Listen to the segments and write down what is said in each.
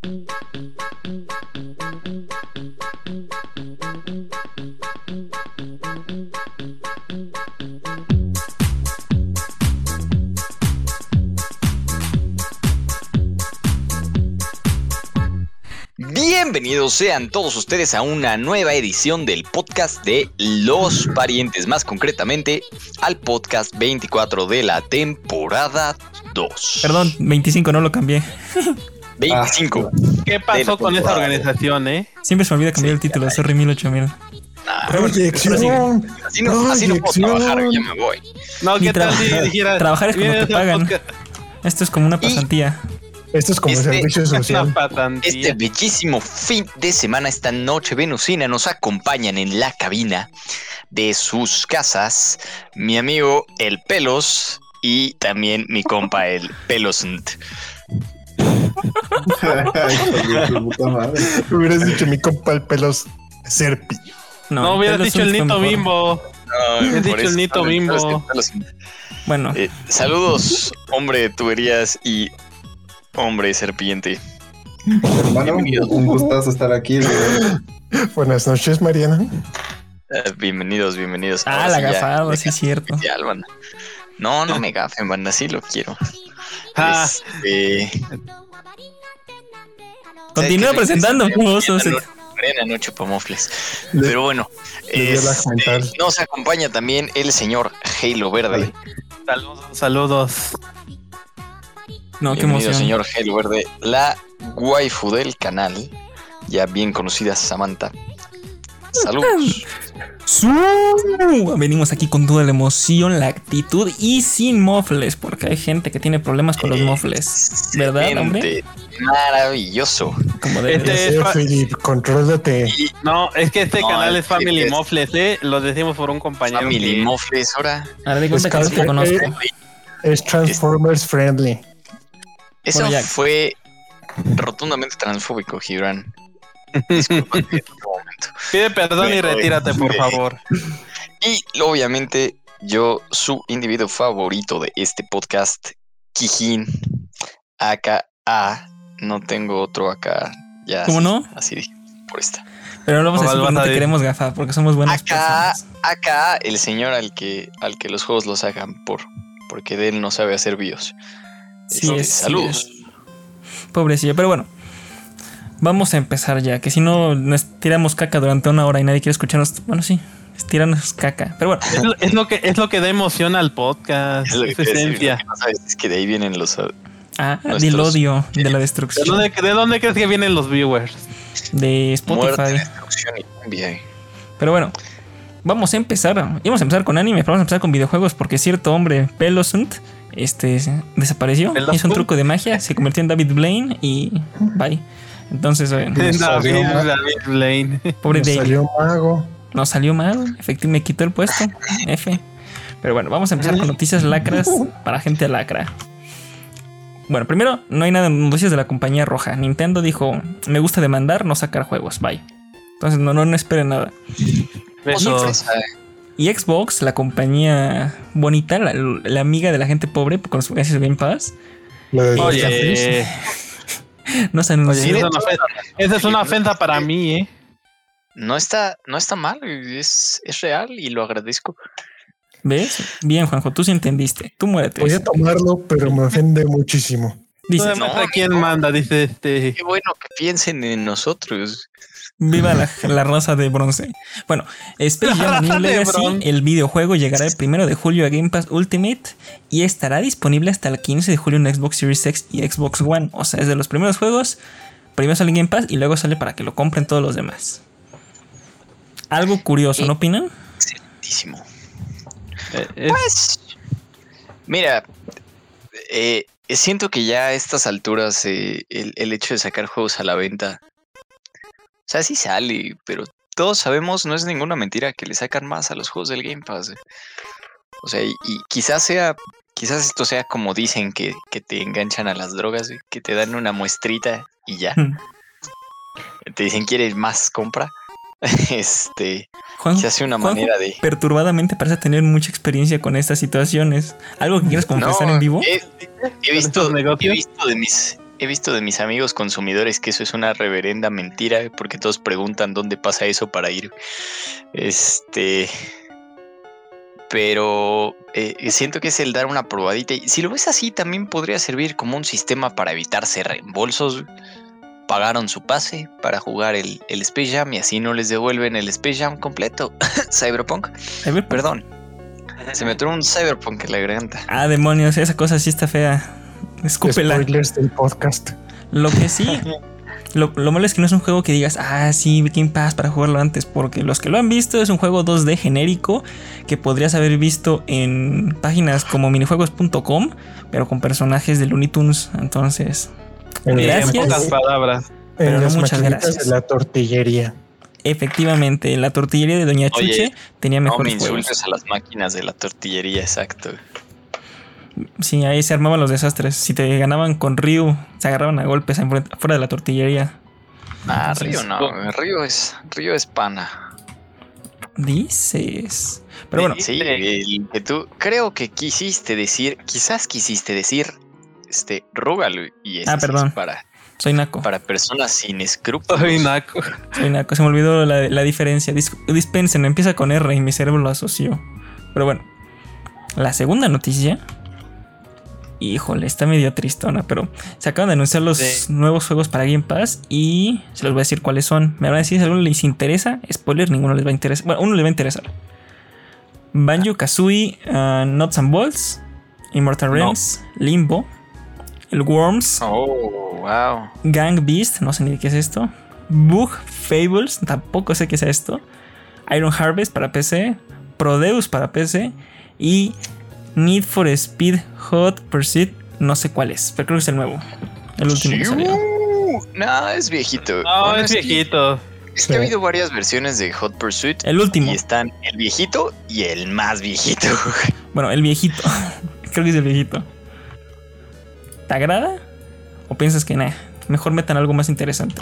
Bienvenidos sean todos ustedes a una nueva edición del podcast de Los Parientes, más concretamente al podcast 24 de la temporada 2. Perdón, 25, no lo cambié. 25. ¿Qué pasó con esa organización, Siempre se me olvida cambiar el título, sorry 1008.000. Proyección. Así no puedo trabajar, ya me voy. No, ¿qué tal si dijera? Trabajar es cuando te pagan. Esto es como una pasantía. Esto es como servicio social. Este bellísimo fin de semana, esta noche venusina, nos acompañan en la cabina de sus casas mi amigo el Pelos y también mi compa el Pelosnt. Hubieras dicho mi compa el Pelos Serpi. No hubieras dicho el Nito Bimbo. Hubieras dicho el Nito Bimbo. Bueno. Saludos, hombre de tuberías y hombre serpiente. Hermano, un gustazo estar aquí. Buenas noches, Mariana. Bienvenidos. Ah, la gafada, sí es cierto. No me gafen, banda, sí lo quiero. Continúa presentando. Mariana no chupamofles. Pero bueno, nos acompaña también el señor Halo Verde. Saludos. No, qué emoción. Señor Halo Verde, la waifu del canal, ya bien conocida Samantha. Saludos. Venimos aquí con toda la emoción, la actitud y sin mofles, porque hay gente que tiene problemas con los mofles, ¿verdad, hombre? Maravilloso. Como Philip, contrólate. No, es que este canal es Family Mofles, lo decimos por un compañero. Family Mofles, ahora. Ahora de cuenta que sí te conozco. Es Transformers friendly. Eso bueno, fue rotundamente transfóbico, Gibran. Disculpa en este momento. Pide perdón y retírate, por favor. Y obviamente yo, su individuo favorito de este podcast, Kijín, acá, no tengo otro acá. Ya, ¿cómo no? Así dije, por esta. Pero no vamos a decir que no te queremos gafar, porque somos buenas personas. Acá, el señor al que los juegos los hagan porque de él no sabe hacer bios. Sí, saludos. Sí es. Pobrecillo, pero bueno. Vamos a empezar ya, que si no nos tiramos caca durante una hora y nadie quiere escucharnos. Bueno, sí, tirarnos caca. Pero bueno. Es lo que da emoción al podcast. Es su esencia. No sabes, es que de ahí vienen los... del odio, de la destrucción. ¿De dónde crees que vienen los viewers? De Spotify. Muerte, destrucción y cumbia. Pero bueno, vamos a empezar. Íbamos a empezar con anime, pero vamos a empezar con videojuegos, porque cierto hombre, Pelosunt, desapareció. Hizo un truco de magia, se convirtió en David Blaine y bye. Entonces, David Blaine. Pobre David. Salió mago. No salió mal, efectivamente me quitó el puesto. F. Pero bueno, vamos a empezar con noticias lacras para gente lacra. Bueno, primero, no hay nada de noticias de la compañía roja. Nintendo dijo, me gusta demandar, no sacar juegos, bye. Entonces no esperen nada. Y Xbox, la compañía bonita, la amiga de la gente pobre con sus gracias de Game Pass. Oye, no se anunció. Esa es una ofensa para mí, No está mal, es real y lo agradezco. ¿Ves? Bien, Juanjo, tú sí entendiste. Tú muérete. Voy a tomarlo, pero me ofende muchísimo. Dice, ¿quién manda? Dice Qué bueno que piensen en nosotros. Viva la raza de bronce. Bueno, Space Jam New Legacy, el videojuego llegará el 1 de julio a Game Pass Ultimate y estará disponible hasta el 15 de julio en Xbox Series X y Xbox One. O sea, es de los primeros juegos. Primero sale en Game Pass y luego sale para que lo compren todos los demás. Algo curioso, ¿no opinan? Excelentísimo. Pues, mira, siento que ya a estas alturas el hecho de sacar juegos a la venta, o sea, sí sale, pero todos sabemos, no es ninguna mentira, que le sacan más a los juegos del Game Pass. O sea, y quizás esto sea como dicen que te enganchan a las drogas, que te dan una muestrita y ya. Te dicen, ¿quieres más? Compra. Juan, se hace una manera de... Perturbadamente parece tener mucha experiencia con estas situaciones. ¿Algo que quieras confesar en vivo? He visto de he visto de mis amigos consumidores que eso es una reverenda mentira, porque todos preguntan dónde pasa eso para ir. Pero siento que es el dar una probadita. Y si lo ves así, también podría servir como un sistema para evitarse reembolsos. Pagaron su pase para jugar el Space Jam y así no les devuelven el Space Jam completo. Cyberpunk. Perdón. Se me entró un Cyberpunk en la garganta. Ah, demonios, esa cosa sí está fea. Escúpela. Spoilers del podcast. Lo que sí, lo malo es que no es un juego que digas, sí, Game Pass para jugarlo antes, porque los que lo han visto es un juego 2D genérico que podrías haber visto en páginas como minijuegos.com, pero con personajes de Looney Tunes. Entonces, gracias. En pocas palabras. Pero no, muchas maquinitas gracias. De la tortillería. Efectivamente, la tortillería de Doña Chuche tenía mejores juegos. No me insultes juegos. a las máquinas de la tortillería, exacto. Sí, ahí se armaban los desastres. Si te ganaban con Ryu, se agarraban a golpes fuera de la tortillería. Ryu no, Ryu es pana. Dices. Pero bueno. Sí, que tú creo que quizás quisiste decir Rugal y perdón. Soy naco. Para personas sin escrúpulos. Soy naco. Se me olvidó la diferencia. Dispensen, empieza con R y mi cerebro lo asoció. Pero bueno, la segunda noticia. Híjole, está medio tristona, pero se acaban de anunciar los nuevos juegos para Game Pass y se los voy a decir cuáles son. Me van a decir si a alguno les interesa. Spoiler, ninguno les va a interesar. Bueno, uno les va a interesar. Banjo-Kazooie, Nuts and Bolts, Immortal Realms, Limbo, el Worms, wow. Gang Beast, no sé ni qué es esto, Bug Fables, tampoco sé qué es esto, Iron Harvest para PC, Prodeus para PC y Need for Speed Hot Pursuit, no sé cuál es, pero creo que es el nuevo, el último que salió. No, es viejito. No, es viejito. Es que ha habido varias versiones de Hot Pursuit. El último. Y están el viejito y el más viejito. Bueno, el viejito. Creo que es el viejito. ¿Te agrada? ¿O piensas que mejor metan algo más interesante?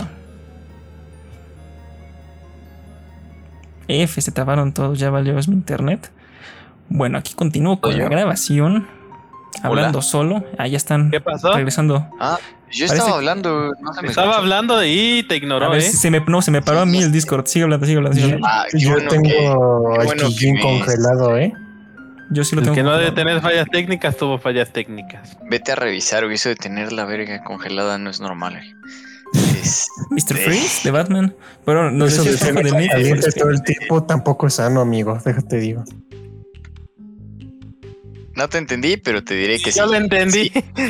Se trabaron todos, ya valió mi internet. Bueno, aquí continúo con la grabación. Hablando solo. Ya están. ¿Qué pasó? Regresando. Yo estaba hablando. No se me estaba escuchó. hablando y te ignoró. A ver, se me paró a mí el Discord. Sigue hablando. Yo tengo el Kijin congelado, Yo sí lo tengo. Que no debe tener fallas técnicas, tuvo fallas técnicas. Vete a revisar, eso de tener la verga congelada no es normal. Mr. Freeze de Batman. Pero no eso sé de si es de caliente todo el tiempo tampoco es sano, amigo. Déjate digo. No te entendí, pero te diré que sí. Yo lo entendí.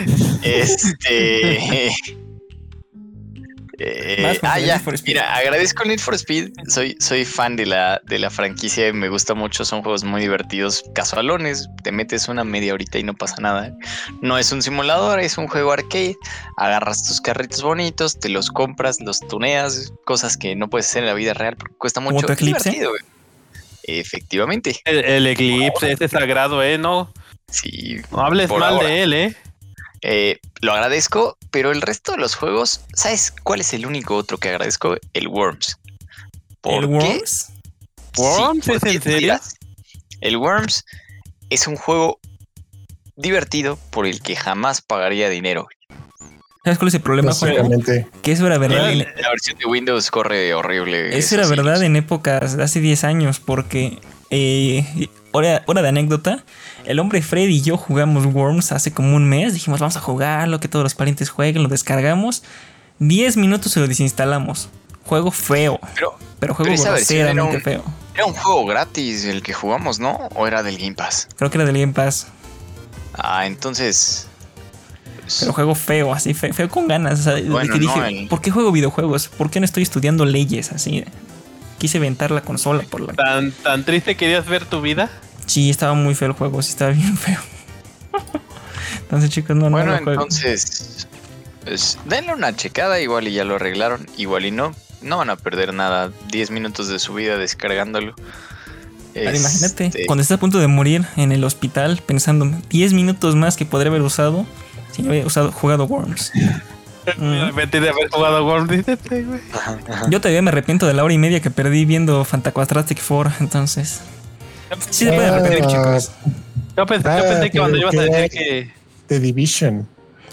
Ya. Mira, agradezco Need for Speed. Soy fan de la franquicia y me gusta mucho. Son juegos muy divertidos, casualones. Te metes una media horita y no pasa nada. No es un simulador, es un juego arcade. Agarras tus carritos bonitos, te los compras, los tuneas, cosas que no puedes hacer en la vida real porque cuesta mucho. ¿Como tu Eclipse? Divertido, güey. Efectivamente. El Eclipse, este es sagrado, ¿no? Sí. No hables mal de él, Lo agradezco, pero el resto de los juegos, ¿sabes cuál es el único otro que agradezco? El Worms. ¿El Worms? ¿Worms? ¿Es en serio? El Worms es un juego divertido por el que jamás pagaría dinero. ¿Sabes cuál es el problema, juego? Que eso era verdad. La versión de Windows corre horrible. Eso era verdad en épocas de hace 10 años, porque hora de anécdota, el hombre Fred y yo jugamos Worms hace como un mes. Dijimos, vamos a jugarlo, que todos los parientes jueguen, lo descargamos. 10 minutos y lo desinstalamos. Juego feo, pero juego groseramente feo. Era un juego gratis el que jugamos, ¿no? ¿O era del Game Pass? Creo que era del Game Pass. Entonces... Pero juego feo, así feo con ganas. O sea, que dije, ¿por qué juego videojuegos? ¿Por qué no estoy estudiando leyes? Así quise ventar la consola por la... ¿Tan triste querías ver tu vida? Sí, estaba muy feo el juego, sí estaba bien feo. Entonces, chicos, no lo juego. Entonces, pues, denle una checada, igual y ya lo arreglaron, igual y no van a perder nada, 10 minutos de su vida descargándolo. Imagínate, cuando estás a punto de morir en el hospital, pensando 10 minutos más que podría haber usado si no hubiera jugado Worms. Me arrepentí de haber jugado Worms, dice güey. Yo todavía me arrepiento de la hora y media que perdí viendo Fantaquadratic 4, entonces... Sí se puede arrepentir, chicos. Yo pensé que cuando ibas a decir que... The Division.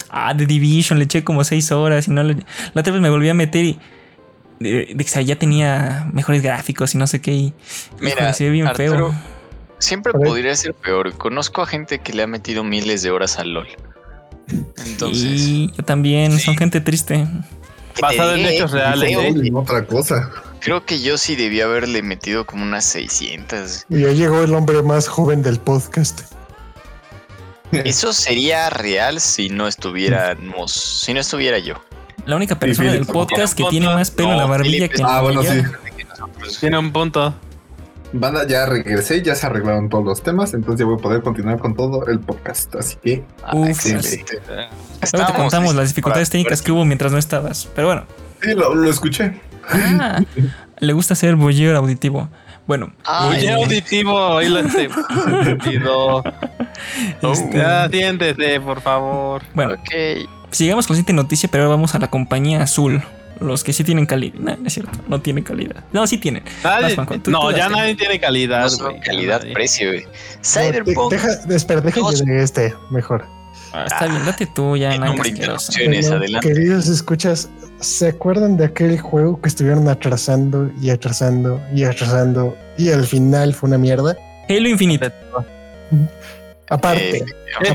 The Division, le eché como 6 horas y no la otra vez me volví a meter y ya tenía mejores gráficos y no sé qué. Y mira, se ve bien Arturo, feo. Siempre podría ser peor. Conozco a gente que le ha metido miles de horas al LOL. Entonces, y yo también, son gente triste. Basado en hechos reales. Otra cosa. Creo que yo sí debía haberle metido como unas 600. Y ya llegó el hombre más joven del podcast. Eso sería real si no estuviera yo. La única persona del podcast que tiene más pelo en la barbilla que... Bueno, sí. Tiene un punto. Banda, ya regresé, ya se arreglaron todos los temas, entonces ya voy a poder continuar con todo el podcast. Así que... excelente. Luego te contamos las dificultades técnicas que hubo mientras no estabas. Pero bueno. Sí, lo escuché. Le gusta ser voyeur auditivo. Bueno. Voyeur auditivo, ahí lo estoy. Atiéndete, por favor. Bueno, sigamos con la siguiente noticia, pero ahora vamos a la compañía azul. Los que sí tienen calidad. No, no es cierto, no tienen calidad. No, sí tienen. Nadie tiene calidad. No, calidad-precio, güey. Cyberpunk. Espera, déjame de este mejor. Está bien, date tú ya. Queridos escuchas, ¿se acuerdan de aquel juego que estuvieron atrasando y atrasando y atrasando y al final fue una mierda? Halo Infinite. Aparte,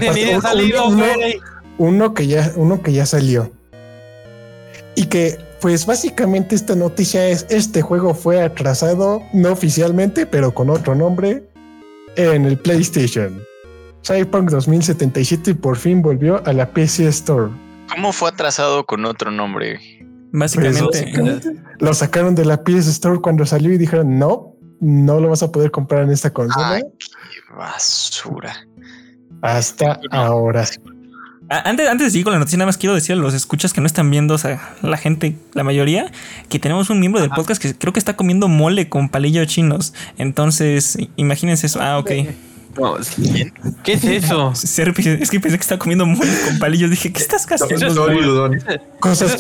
uno que ya salió. Y que, pues básicamente esta noticia es: este juego fue atrasado, no oficialmente, pero con otro nombre, en el PlayStation. Cyberpunk 2077 y por fin volvió a la PC Store. ¿Cómo fue atrasado con otro nombre? Básicamente lo sacaron de la PS Store cuando salió y dijeron no lo vas a poder comprar en esta consola. ¡Qué basura! Hasta ahora. Antes de seguir con la noticia, nada más quiero decir a los escuchas que no están viendo, o sea, la gente, la mayoría, que tenemos un miembro del podcast que creo que está comiendo mole con palillos chinos. Entonces, imagínense eso. Ok. No, ¿qué es eso? Es que pensé que estaba comiendo mole con palillos. Dije, ¿qué estás haciendo? Cosas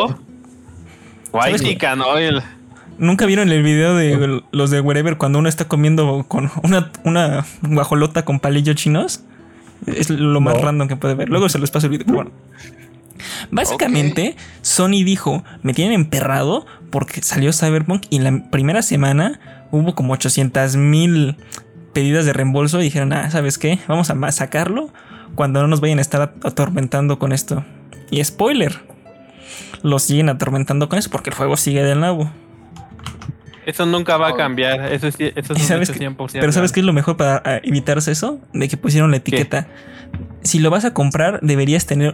White chicken oil. ¿Nunca vieron el video de los de Wherever cuando uno está comiendo con una guajolota con palillos chinos? Es lo más random que puede ver. Luego se les paso el video. Pero bueno. Básicamente, Sony dijo: me tienen emperrado porque salió Cyberpunk y en la primera semana hubo como 800,000 pedidas de reembolso y dijeron: ¿sabes qué? Vamos a sacarlo cuando no nos vayan a estar atormentando con esto. Y spoiler, los siguen atormentando con eso porque el juego sigue de nuevo. Eso nunca va a cambiar. Eso es 100%. Pero ¿sabes qué es lo mejor para evitarse eso? De que pusieron la etiqueta. ¿Qué? Si lo vas a comprar, deberías tener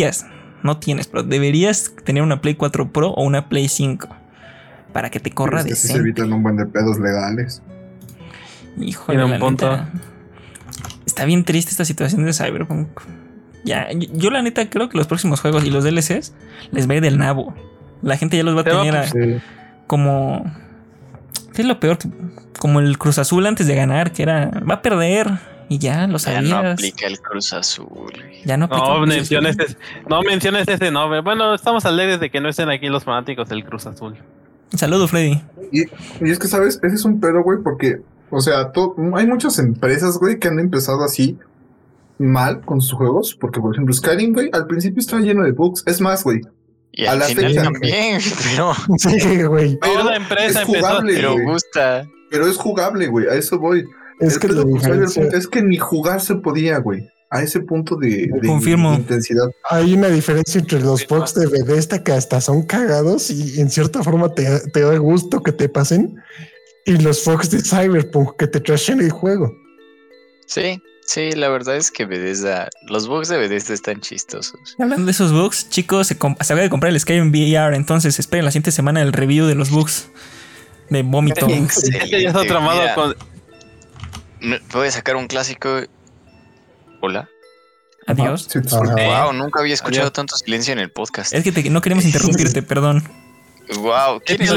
una Play 4 Pro o una Play 5 para que te corra de se evitan un buen de pedos legales. Híjole, la neta, está bien triste esta situación de Cyberpunk. Ya, yo la neta creo que los próximos juegos y los DLCs les va a ir del nabo. La gente ya los va a tener como... ¿Qué es lo peor? Como el Cruz Azul antes de ganar, que era... va a perder y ya lo sabías. Ya no aplica el Cruz Azul. Ya no aplica no menciones ese nombre. Bueno, estamos alegres de que no estén aquí los fanáticos del Cruz Azul. Un saludo, Freddy. Y es que, ¿sabes? Ese es un pedo, güey, porque... O sea, hay muchas empresas, güey, que han empezado así mal con sus juegos. Porque, por ejemplo, Skyrim, güey, al principio estaba lleno de bugs. Es más, güey. Y al final también, pero... Sí, güey. Toda empresa es jugable, pero gusta. Pero es jugable, güey. A eso voy. Es que ni jugar se podía, güey. A ese punto de intensidad. Hay una diferencia entre los bugs de Bethesda que hasta son cagados y en cierta forma te da gusto que te pasen. Y los bugs de Cyberpunk que te trashen el juego. Sí, la verdad es que los bugs de Bethesda están chistosos. Hablando de esos bugs, chicos, se acaba de comprar el Skyrim VR, entonces esperen la siguiente semana el review de los bugs de vómito. Este ya está tramado con... Voy a sacar un clásico. Hola. Adiós. Wow, nunca había escuchado tanto silencio en el podcast. Es que no queremos interrumpirte, perdón. Wow, ¿quiénes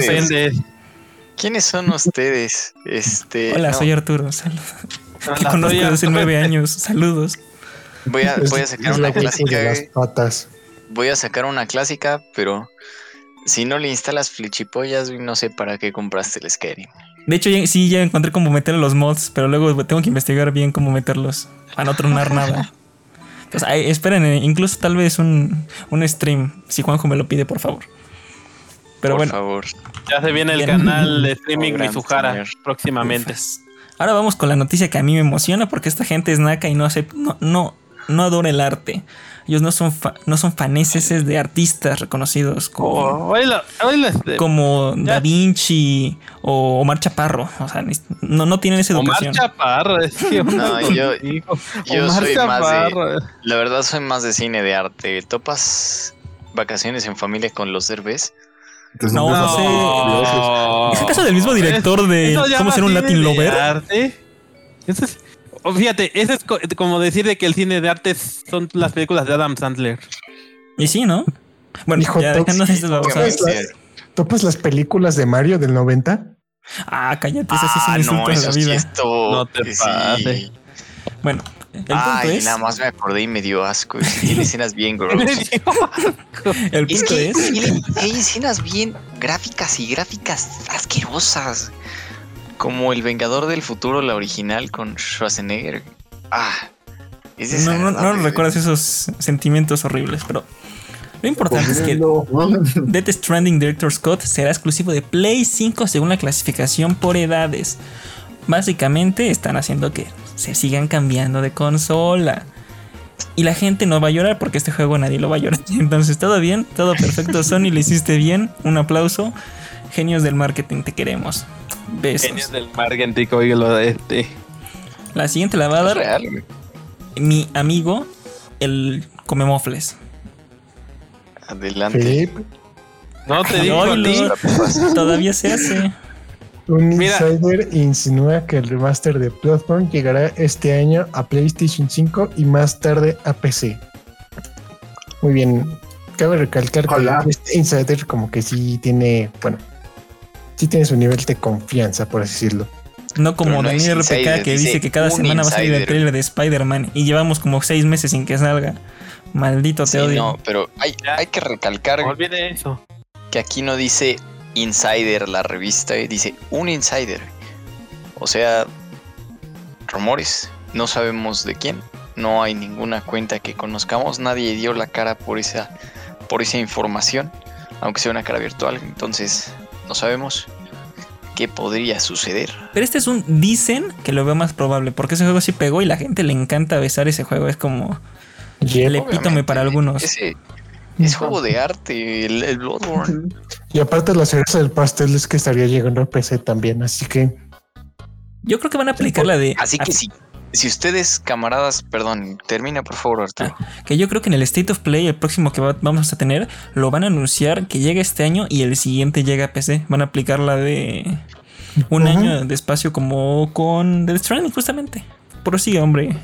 son ustedes? Hola, soy Arturo. Te conozco desde hace 9 años. Saludos. Voy a sacar una clásica. Voy a sacar una clásica, pero si no le instalas flichipollas, no sé para qué compraste el Skyrim. De hecho, ya encontré cómo meter los mods, pero luego tengo que investigar bien cómo meterlos para no tronar nada. Entonces, esperen, incluso tal vez un stream, si Juanjo me lo pide, por favor. Pero por bueno. favor. Ya se viene el Bien. canal de streaming Gran Mizuhara señor. próximamente. Ufas. Ahora vamos con la noticia que a mí me emociona porque esta gente es naca y no adora el arte. Ellos no son faneses de artistas reconocidos como Da Vinci o Omar Chaparro. O sea, no tienen esa educación. Omar Chaparro, es que No, yo Omar soy Chaparro. la verdad soy más de cine de arte. ¿Topas Vacaciones en Familia con los Derbez? Entonces, No, no sé. ¿Es acaso del mismo director de Eso cómo llama ser un cine Latin de lover? arte. Eso es, fíjate, eso es como decir de que el cine de arte son las películas de Adam Sandler. Y sí, ¿no? Bueno, Hijo, ya dejando esto, vamos a ver. ¿Topas las películas de Mario del 90? Ah, cállate, eso sí es un insulto no, de la eso sí vida. esto. No te pases. Bueno, el punto Ay, es. nada más me acordé y me dio asco. Tiene escenas bien gross. El Es punto que es. hay escenas bien gráficas asquerosas. Como El Vengador del Futuro, la original con Schwarzenegger. Es No desagradable. recuerdas esos sentimientos horribles, pero lo importante es que Death Stranding Director Scott será exclusivo de Play 5 según la clasificación por edades. Básicamente están haciendo que se sigan cambiando de consola. Y la gente no va a llorar porque este juego nadie lo va a llorar. Entonces todo bien, todo perfecto. Sony, le hiciste bien. Un aplauso. Genios del marketing, te queremos. Besos. Genios del marketing, oígalo de este. La siguiente la va a Es dar real, güey. mi amigo, el Comemofles. Adelante. Felipe, No te digo a Oilo, ti. todavía se hace. un Mira. insider insinúa que el remaster de Bloodborne llegará este año a PlayStation 5 y más tarde a PC. Muy bien. Cabe recalcar Hola. que este insider como que sí tiene, bueno, sí tiene su nivel de confianza, por así decirlo. No como Pero no Daniel es RPK insider, que dice dice que cada un semana va a salir el insider. trailer de Spider-Man y llevamos como 6 meses sin que salga. Maldito te Sí, odio. no, pero hay que recalcar Olvide eso. que aquí no dice Insider la revista, dice un insider. O sea, rumores. No sabemos de quién. No hay ninguna cuenta que conozcamos. Nadie dio la cara por esa información, aunque sea una cara virtual. Entonces, no sabemos qué podría suceder. Pero este es un dicen que lo veo más probable porque ese juego sí pegó y la gente le encanta besar ese juego. Es como Yep. el epítome para algunos. Ese es juego de arte, el Bloodborne. Y aparte la cereza del pastel es que estaría llegando a PC también, así que Yo creo que van a aplicar la de. Así que si ustedes, camaradas, perdón, termina por favor, Arturo. Que yo creo que en el State of Play, el próximo que vamos a tener, lo van a anunciar que llega este año y el siguiente llega a PC. Van a aplicar la de un año de espacio como con Death Stranding, justamente. Prosigue, hombre.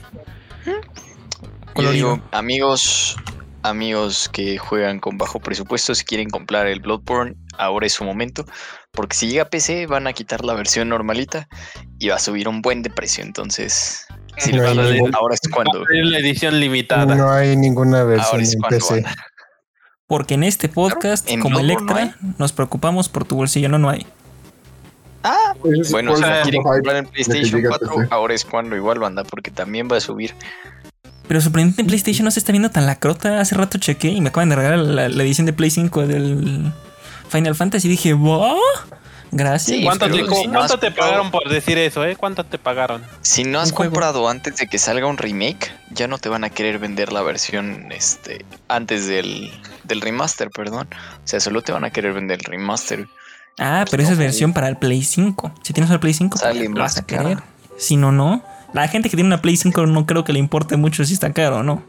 Yo digo, Colorido. amigos que juegan con bajo presupuesto, si quieren comprar el Bloodborne, ahora es su momento. Porque si llega a PC, van a quitar la versión normalita y va a subir un buen de precio. Entonces, si No le hay van a ningún- ahora es cuando. Es la edición limitada. no hay ninguna versión Ahora es en cuando PC. van a- Porque en este podcast, en como Bloodborne Electra, nos preocupamos por tu bolsillo. No hay. Bueno, si ¿Cuál es quieren el hype comprar en de que PlayStation llegue a 4, PC? ahora es cuando igual banda, porque también va a subir. Pero sorprendente, en PlayStation no se está viendo tan lacrota. Hace rato chequé y me acaban de regalar la edición de Play 5 del Final Fantasy. Y dije, ¿wow? Gracias. Sí, ¿Cuánto, pero te, si no cuánto has te pagado- pagaron por decir eso, ¿Cuánto te pagaron? Si no has Un juego. comprado antes de que salga un remake, ya no te van a querer vender la versión antes del remaster, perdón. O sea, solo te van a querer vender el remaster. Ah, pero esa es versión para el Play 5. Si tienes el Play 5, Sale pues, lo vas a más cara. querer. Si no, no. La gente que tiene una Play 5 no creo que le importe mucho si está caro o no.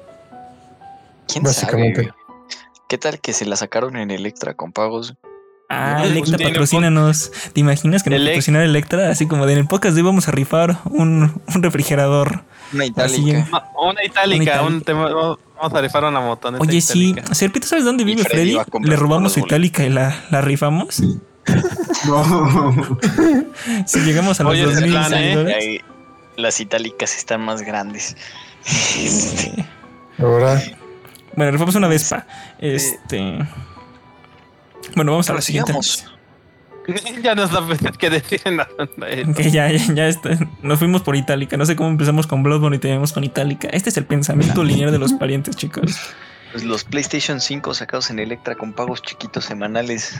¿Quién Básicamente. sabe? ¿Qué tal que se la sacaron en Electra con pagos? Ah, Pues Electra, tiene patrocínanos. ¿Te imaginas que nos patrocinara Electra? Así como de en el podcast de hoy vamos a rifar un refrigerador. Una Así, itálica. Una itálica, Una vamos a rifar una motoneta. Oye, sí. itálica. Serpito, ¿sabes dónde vive Freddy Freddy? va a comprar Le robamos todos su los itálica y la rifamos. No. Si llegamos a los Oye, ese 2000 plan, seguidores. Ahí, las itálicas están más grandes. Ahora, Bueno, rifamos una Vespa. Bueno, vamos a la siguiente. Prosigamos. noticia. Ya no sabes qué decir. Que ya está. Nos fuimos por Itálica. No sé cómo empezamos con Bloodborne y terminamos con Itálica. Este es el pensamiento lineal de los parientes, chicos. Pues los PlayStation 5 sacados en Electra con pagos chiquitos semanales.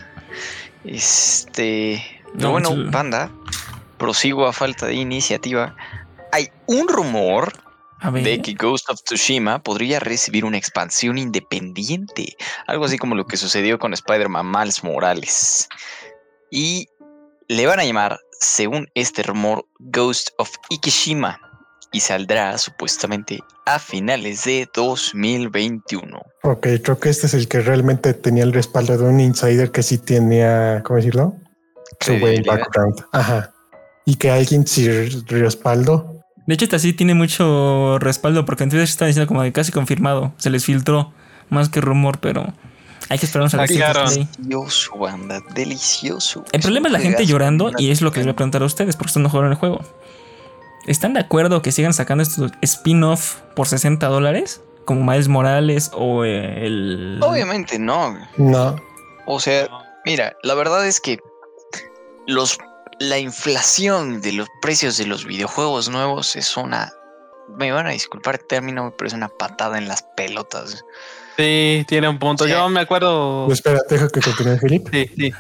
Pero bueno, banda, prosigo a falta de iniciativa. Hay un rumor de que Ghost of Tsushima podría recibir una expansión independiente. Algo así como lo que sucedió con Spider-Man Miles Morales. Y le van a llamar, según este rumor, Ghost of Ikishima. Y saldrá supuestamente a finales de 2021. Ok, creo que este es el que realmente tenía el respaldo de un insider que sí tenía, ¿cómo decirlo? Su buen background. Ajá. Y que alguien sí respaldó. De hecho, esta sí tiene mucho respaldo porque entonces están diciendo como de casi confirmado. Se les filtró más que rumor, pero hay que esperarnos a la delicioso, banda, delicioso. El problema es la gente llorando y es lo que les voy a preguntar a ustedes porque ustedes no jugaron el juego. ¿Están de acuerdo que sigan sacando estos spin-off por $60? Como Miles Morales o el... Obviamente no. No. O sea, mira, la verdad es que la inflación de los precios de los videojuegos nuevos es una... Me van a disculpar el término, pero es una patada en las pelotas. Sí, tiene un punto. Yo me acuerdo... Espera, deja que continúe Philip. Sí.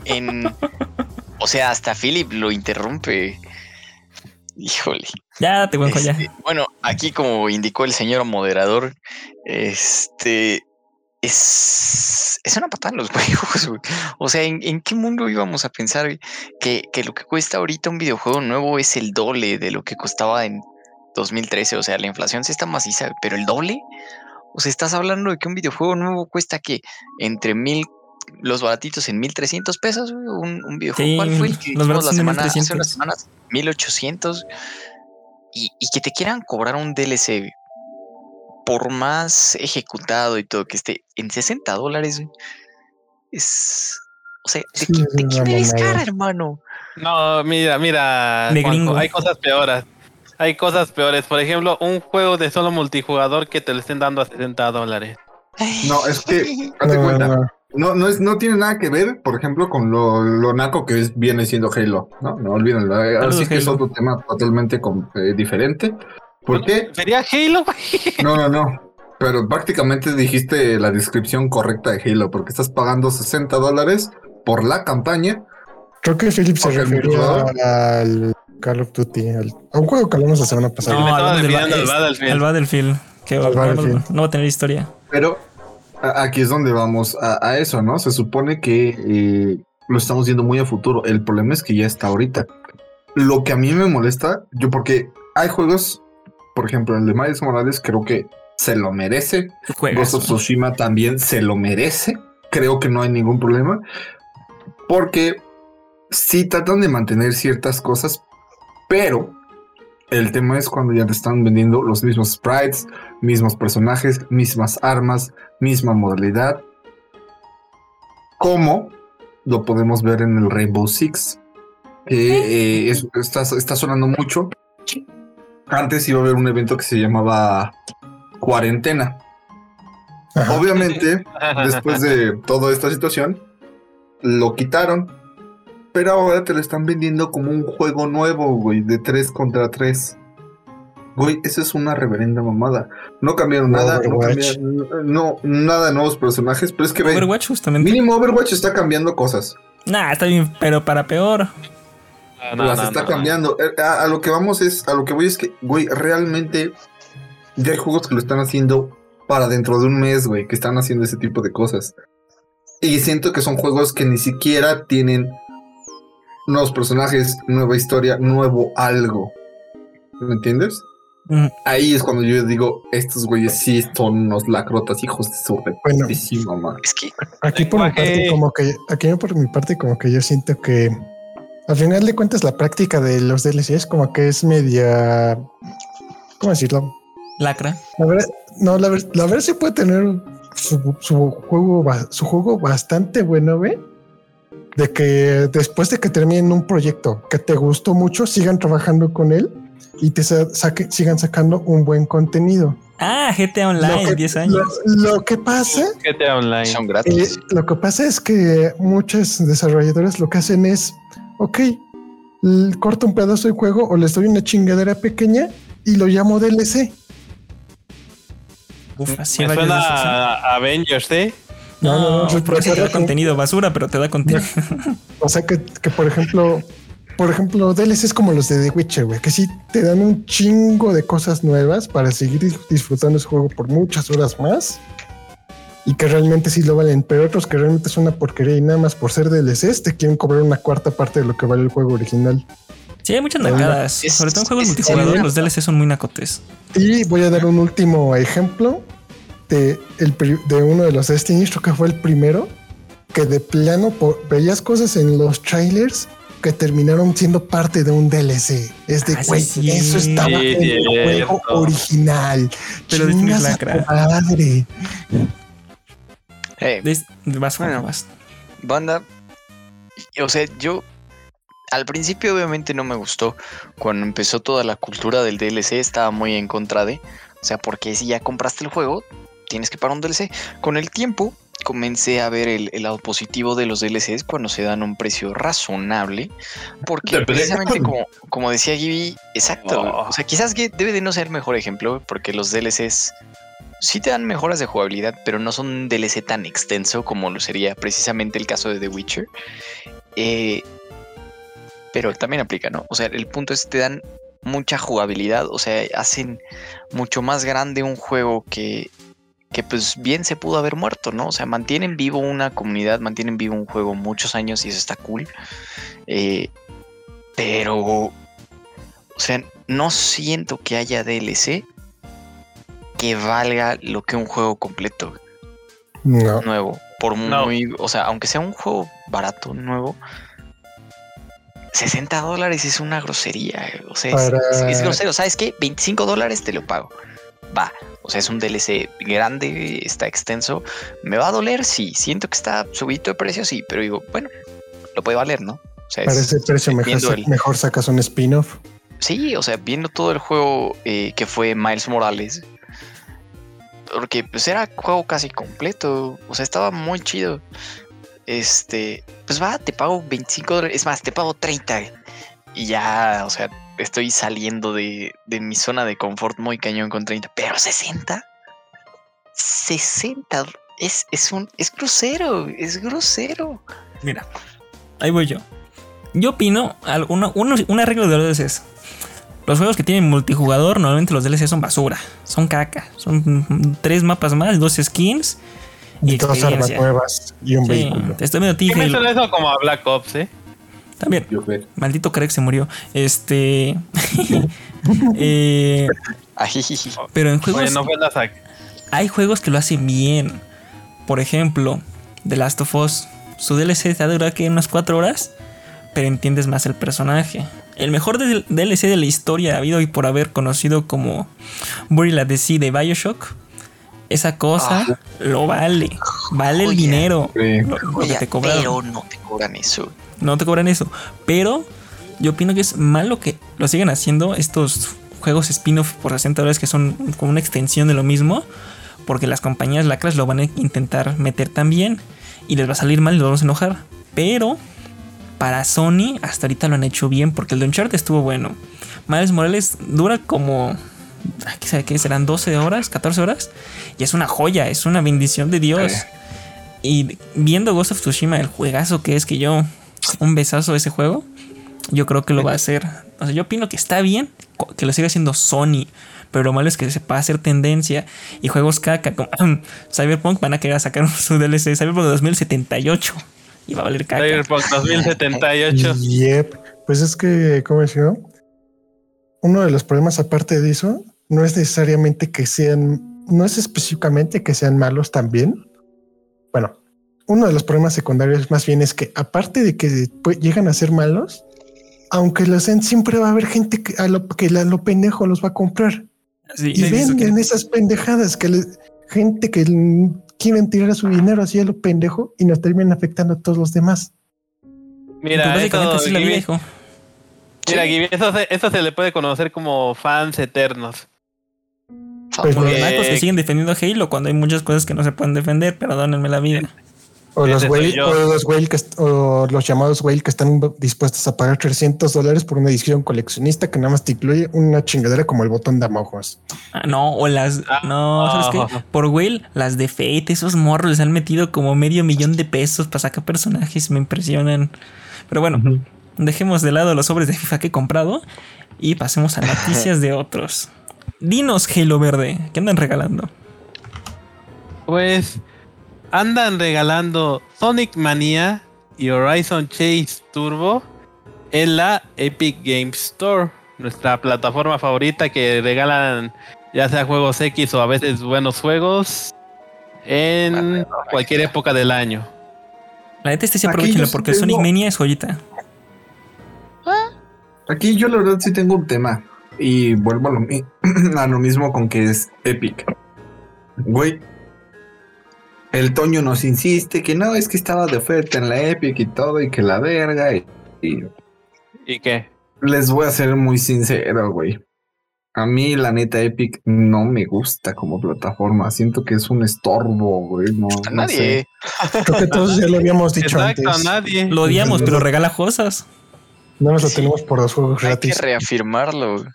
O sea, hasta Philip lo interrumpe. Híjole. Ya te cuento ya. Bueno, aquí como indicó el señor moderador, es una patada en los huevos, güey. O sea, ¿en qué mundo íbamos a pensar que lo que cuesta ahorita un videojuego nuevo es el doble de lo que costaba en 2013? O sea, la inflación sí está maciza, pero el doble. O sea, estás hablando de que un videojuego nuevo cuesta que entre los baratitos en $1,300, güey, un videojuego. Sí, ¿cuál fue el que los baratos hace en unas 1,300? semanas? 1,800. Y que te quieran cobrar un DLC por más ejecutado y todo que esté en $60, es... O sea, ¿de qué me ves cara, hermano? No, mira, Juanjo, hay cosas peores. Hay cosas peores. Por ejemplo, un juego de solo multijugador que te lo estén dando a $60. No, es que, date cuenta. No tiene nada que ver, por ejemplo, con lo naco que viene siendo Halo. No olvídenlo. Así que es otro tema totalmente diferente. ¿Por qué? ¿Sería Halo? No. Pero prácticamente dijiste la descripción correcta de Halo, porque estás pagando $60 por la campaña. Creo que Philip se refería al Call of Duty, a un juego que hablamos la semana pasada. No, hablamos del Battlefield. Que no va a tener historia. Pero aquí es donde vamos a eso, ¿no? Se supone que lo estamos viendo muy a futuro. El problema es que ya está ahorita. Lo que a mí me molesta, porque hay juegos, por ejemplo, el de Miles Morales creo que se lo merece. Ghost of Tsushima también se lo merece. Creo que no hay ningún problema. Porque sí tratan de mantener ciertas cosas, pero el tema es cuando ya te están vendiendo los mismos sprites, mismos personajes, mismas armas, misma modalidad. Como lo podemos ver en el Rainbow Six, que está sonando mucho. Antes iba a haber un evento que se llamaba Cuarentena. Obviamente, después de toda esta situación, lo quitaron. Pero ahora te lo están vendiendo como un juego nuevo, güey, de 3 contra 3. Güey, eso es una reverenda mamada. No cambiaron nada, nada de nuevos personajes, pero es que Overwatch, justamente. Mínimo Overwatch está cambiando cosas. Nah, está bien, pero para peor. Las está cambiando. A lo que voy es que, güey, realmente ya hay juegos que lo están haciendo para dentro de un mes, güey, que están haciendo ese tipo de cosas. Y siento que son juegos que ni siquiera tienen nuevos personajes, nueva historia, nuevo algo. ¿Me entiendes? Ahí es cuando yo digo, estos güeyes sí son unos lacrotas, hijos de su reputísima madre. Es que aquí por mi parte como que yo siento que al final de cuentas la práctica de los DLCs como que es media, ¿cómo decirlo? Lacra. La verdad sí puede tener su juego bastante bueno, ¿ve? De que después de que terminen un proyecto que te gustó mucho, sigan trabajando con él y te sigan sacando un buen contenido. GTA Online, 10 años. Lo que pasa... GTA Online. Son gratis. Lo que pasa es que muchos desarrolladores lo que hacen es... Ok, corto un pedazo de juego o les doy una chingadera pequeña y lo llamo DLC. Uf, así me suena a Avengers, ¿eh? No, porque te da contenido basura, pero te da contenido. O sea que por ejemplo, DLC es como los de The Witcher, güey, que sí te dan un chingo de cosas nuevas para seguir disfrutando ese juego por muchas horas más y que realmente sí lo valen, pero otros que realmente es una porquería y nada más por ser DLCs te quieren cobrar una cuarta parte de lo que vale el juego original. Sí, hay muchas nacadas. Sobre todo en juegos multijugador, los DLC son muy nacotes. Y voy a dar un último ejemplo de uno de los Destiny, creo que fue el primero, que de plano veías cosas en los trailers que terminaron siendo parte de un DLC. Es de, güey, sí, eso estaba en el juego original. Pero chingas a tu madre. Vas. Banda, o sea, yo al principio obviamente no me gustó. Cuando empezó toda la cultura del DLC estaba muy en contra de, o sea, porque si ya compraste el juego tienes que pagar un DLC. Con el tiempo comencé a ver el lado positivo de los DLCs cuando se dan a un precio razonable, porque precisamente como decía Gibby, exacto, o sea, quizás que debe de no ser el mejor ejemplo, porque los DLCs sí te dan mejoras de jugabilidad, pero no son un DLC tan extenso como lo sería precisamente el caso de The Witcher. Pero también aplica, ¿no? O sea, el punto es que te dan mucha jugabilidad, o sea, hacen mucho más grande un juego que pues bien se pudo haber muerto, ¿no? O sea, mantienen vivo una comunidad, mantienen vivo un juego muchos años y eso está cool. Pero, o sea, no siento que haya DLC que valga lo que un juego completo nuevo. Por muy, o sea, aunque sea un juego barato, nuevo, $60 es una grosería. O sea, es grosero. ¿Sabes qué? $25 te lo pago. Va. O sea, es un DLC grande, está extenso. ¿Me va a doler? Sí. Siento que está subido de precio, sí. Pero digo, bueno, lo puede valer, ¿no? O sea, para ese precio mejor sacas un spin-off. Sí, o sea, viendo todo el juego que fue Miles Morales, porque pues era juego casi completo. O sea, estaba muy chido. Pues va, te pago $25. Es más, te pago 30. Y ya, o sea, estoy saliendo de mi zona de confort muy cañón con 30. Pero 60 es grosero. Es grosero. Mira, ahí voy yo. Yo opino, una regla de los DLCs. Los juegos que tienen multijugador, normalmente los DLCs son basura. Son caca. Son 3 mapas más, 2 skins. Y 2 armas nuevas y un vehículo. Te estoy viendo a ti. ¿Qué me suena eso como a Black Ops, También. Maldito Craig se murió. Pero en juegos. Hay juegos que lo hacen bien. Por ejemplo, The Last of Us. Su DLC te dura que unas 4 horas. Pero entiendes más el personaje. El mejor DLC de la historia habido y por haber conocido como Burial at the Sea de BioShock. Esa cosa lo vale. Vale el dinero. Lo que te cobran. Pero no te cobran eso. No te cobran eso. Pero yo opino que es malo que lo sigan haciendo estos juegos spin-off por $60 que son como una extensión de lo mismo. Porque las compañías lacras lo van a intentar meter también. Y les va a salir mal y los vamos a enojar. Pero para Sony hasta ahorita lo han hecho bien. Porque el de Uncharted estuvo bueno. Miles Morales dura como... ¿qué serán? 12 horas, 14 horas. Y es una joya, es una bendición de Dios. Y viendo Ghost of Tsushima, el juegazo que es, que yo... Un besazo a ese juego. Yo creo que lo va a hacer. O sea, yo opino que está bien que lo siga haciendo Sony. Pero lo malo es que se va a hacer tendencia. Y juegos caca como Cyberpunk van a querer sacar su DLC Cyberpunk 2078. Y va a valer caca. Cyberpunk 2078. Yep. Pues es que, ¿cómo decía? Uno de los problemas aparte de eso no es necesariamente que sean, no es específicamente que sean malos también. Bueno, uno de los problemas secundarios más bien es que aparte de que llegan a ser malos, aunque lo sean, siempre va a haber gente que a lo pendejo los va a comprar. Sí, y venden esas pendejadas gente que quieren tirar su dinero así a lo pendejo y nos terminan afectando a todos los demás. Mira, Mira, Gibby, eso se le puede conocer como fans eternos. Pues los nacos que siguen defendiendo a Halo cuando hay muchas cosas que no se pueden defender, perdónenme la vida. O los llamados whale que están dispuestos a pagar $300 por una edición coleccionista que nada más te incluye una chingadera como el botón de Among Us. ¿Sabes qué? Por whale, las de Fate, esos morros les han metido como $500,000 para sacar personajes, me impresionan. Pero bueno, dejemos de lado los sobres de FIFA que he comprado y pasemos a noticias de otros. Dinos, Halo Verde, ¿qué andan regalando? Pues andan regalando Sonic Mania y Horizon Chase Turbo en la Epic Games Store, nuestra plataforma favorita que regalan ya sea juegos X o a veces buenos juegos en cualquier época del año. La neta sí aprovechenlo porque Sonic Mania es joyita. Aquí yo la verdad sí tengo un tema y vuelvo a lo mismo con que es Epic. Güey, el Toño nos insiste que no, es que estaba de oferta en la Epic y todo, y que la verga. ¿Y qué? Les voy a ser muy sincero, güey. A mí, la neta, Epic no me gusta como plataforma. Siento que es un estorbo, güey. No nadie. Sé. Creo que todos ya lo habíamos dicho antes. A nadie. Lo odiamos, pero regala cosas. No nos lo tenemos por 2 juegos gratis. Hay que reafirmarlo.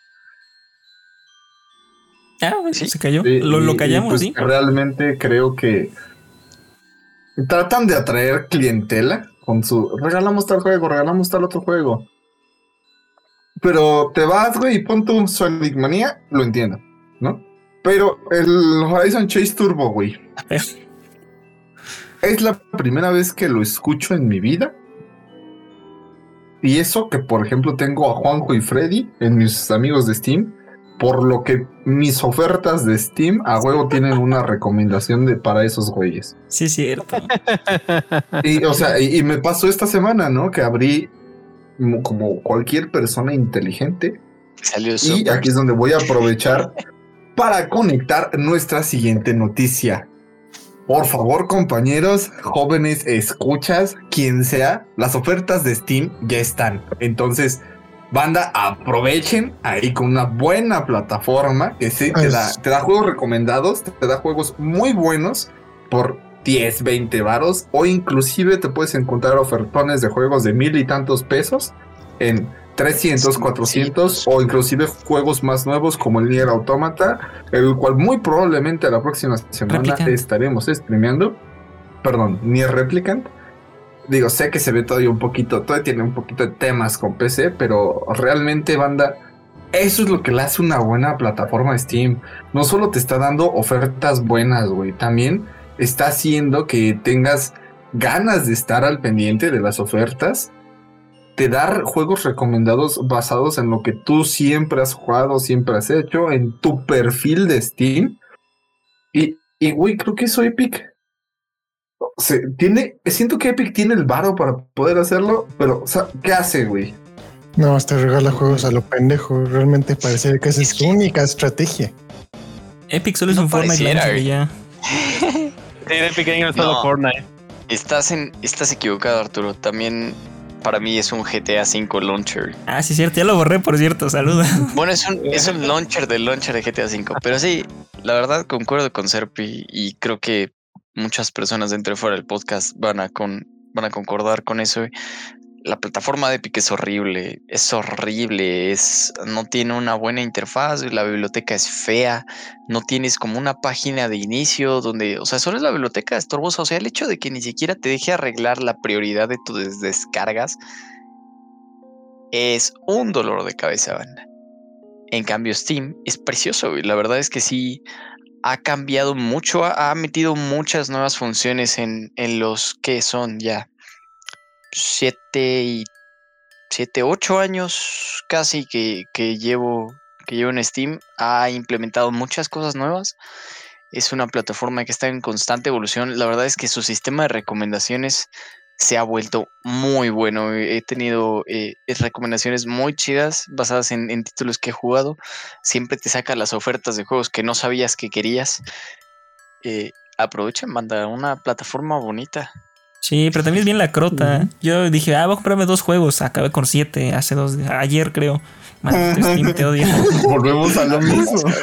¿Sí? Se cayó. Lo callamos, pues, sí. Realmente creo que tratan de atraer clientela con su regalamos tal juego, regalamos tal otro juego. Pero te vas, güey, y pon tu Sonic Mania, lo entiendo, ¿no? Pero el Horizon Chase Turbo, güey, es la primera vez que lo escucho en mi vida. Y eso que, por ejemplo, tengo a Juanjo y Freddy en mis amigos de Steam, por lo que mis ofertas de Steam a huevo tienen una recomendación para esos güeyes. Sí, es cierto. Y, o sea, y me pasó esta semana, ¿no? Que abrí como cualquier persona inteligente. Salió y aquí es donde voy a aprovechar para conectar nuestra siguiente noticia. Por favor, compañeros, jóvenes, escuchas, quien sea, las ofertas de Steam ya están. Entonces, banda, aprovechen ahí con una buena plataforma que sí te da juegos recomendados, te da juegos muy buenos por 10, 20 varos, o inclusive te puedes encontrar ofertones de juegos de 1,000 y tantos pesos en 300, 400, o inclusive juegos más nuevos como el Nier Automata, el cual muy probablemente la próxima semana estaremos streameando. Perdón, Nier Replicant. Digo, sé que se ve todavía tiene un poquito de temas con PC, pero realmente, banda, eso es lo que le hace una buena plataforma Steam. No solo te está dando ofertas buenas, güey, también está haciendo que tengas ganas de estar al pendiente de las ofertas. Te da juegos recomendados basados en lo que tú siempre has jugado, siempre has hecho, en tu perfil de Steam. Y güey, creo que eso Epic siento que Epic tiene el varo para poder hacerlo, pero, o sea, ¿qué hace, güey? No, te regala juegos a lo pendejo. Realmente parece que esa es su única estrategia. Epic solo es un Fortnite y ya. Sí, Epic Games solo Fortnite. Estás equivocado, Arturo. También para mí es un GTA V launcher. Ah, sí, cierto. Ya lo borré, por cierto. Saluda. Bueno, es un launcher de GTA V. Pero sí, la verdad concuerdo con Serpi y creo que muchas personas dentro y fuera del podcast van a concordar con eso. La plataforma de Epic es horrible, no tiene una buena interfaz, la biblioteca es fea, no tienes como una página de inicio donde, o sea, solo es la biblioteca estorbosa, o sea, el hecho de que ni siquiera te deje arreglar la prioridad de tus descargas es un dolor de cabeza, banda. En cambio, Steam es precioso, y la verdad es que sí ha cambiado mucho, ha metido muchas nuevas funciones en los que son ya 8 años casi que llevo en Steam. Ha implementado muchas cosas nuevas. Es una plataforma que está en constante evolución. La verdad es que su sistema de recomendaciones se ha vuelto muy bueno. He tenido recomendaciones muy chidas basadas en títulos que he jugado. Siempre te saca las ofertas de juegos que no sabías que querías. Aprovechen, manda una plataforma bonita. Sí, pero también es bien la crota. Yo dije, voy a comprarme 2 juegos. Acabé con 7 hace 2 días. Ayer creo. Steam te odia. Volvemos a lo mismo.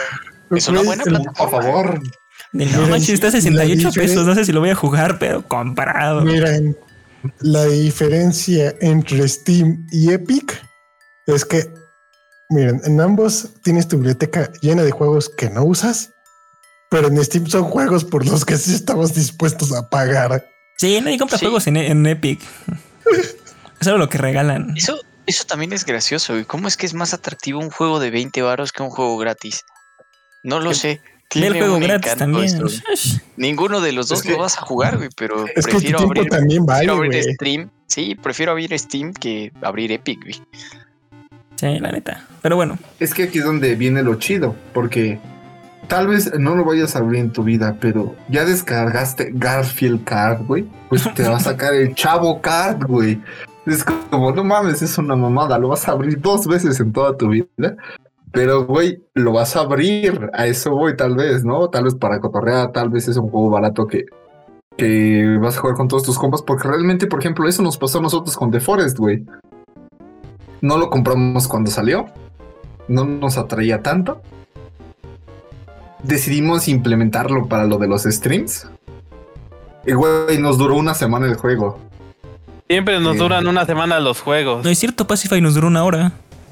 Es una buena plataforma. Por favor. No manches, está a 68 pesos. No sé si lo voy a jugar, pero comprado. Miren, la diferencia entre Steam y Epic es que, miren, en ambos tienes tu biblioteca llena de juegos que no usas, pero en Steam son juegos por los que sí estamos dispuestos a pagar. Sí, nadie compra juegos en Epic. Es solo lo que regalan. Eso también es gracioso. ¿Y cómo es que es más atractivo un juego de 20 varos que un juego gratis? No lo sé. Tiene el juego gratis también. Ninguno de los dos lo vas a jugar, güey, pero es prefiero que el tiempo también vale, abrir güey. Steam. Sí, prefiero abrir Steam que abrir Epic, güey. Sí, la neta. Pero bueno. Es que aquí es donde viene lo chido, porque tal vez no lo vayas a abrir en tu vida, pero ya descargaste Garfield Card, güey. Pues te va a sacar el Chavo Card, güey. Es como, no mames, es una mamada. Lo vas a abrir 2 veces en toda tu vida. Pero, güey, lo vas a abrir. A eso voy, tal vez, ¿no? Tal vez para cotorrear, tal vez es un juego barato que vas a jugar con todos tus compas. Porque realmente, por ejemplo, eso nos pasó a nosotros con The Forest, güey. No lo compramos cuando salió. No nos atraía tanto. Decidimos implementarlo para lo de los streams. Y, güey, nos duró una semana el juego. Siempre nos duran una semana los juegos. No es cierto, Pacify nos duró 1 hora.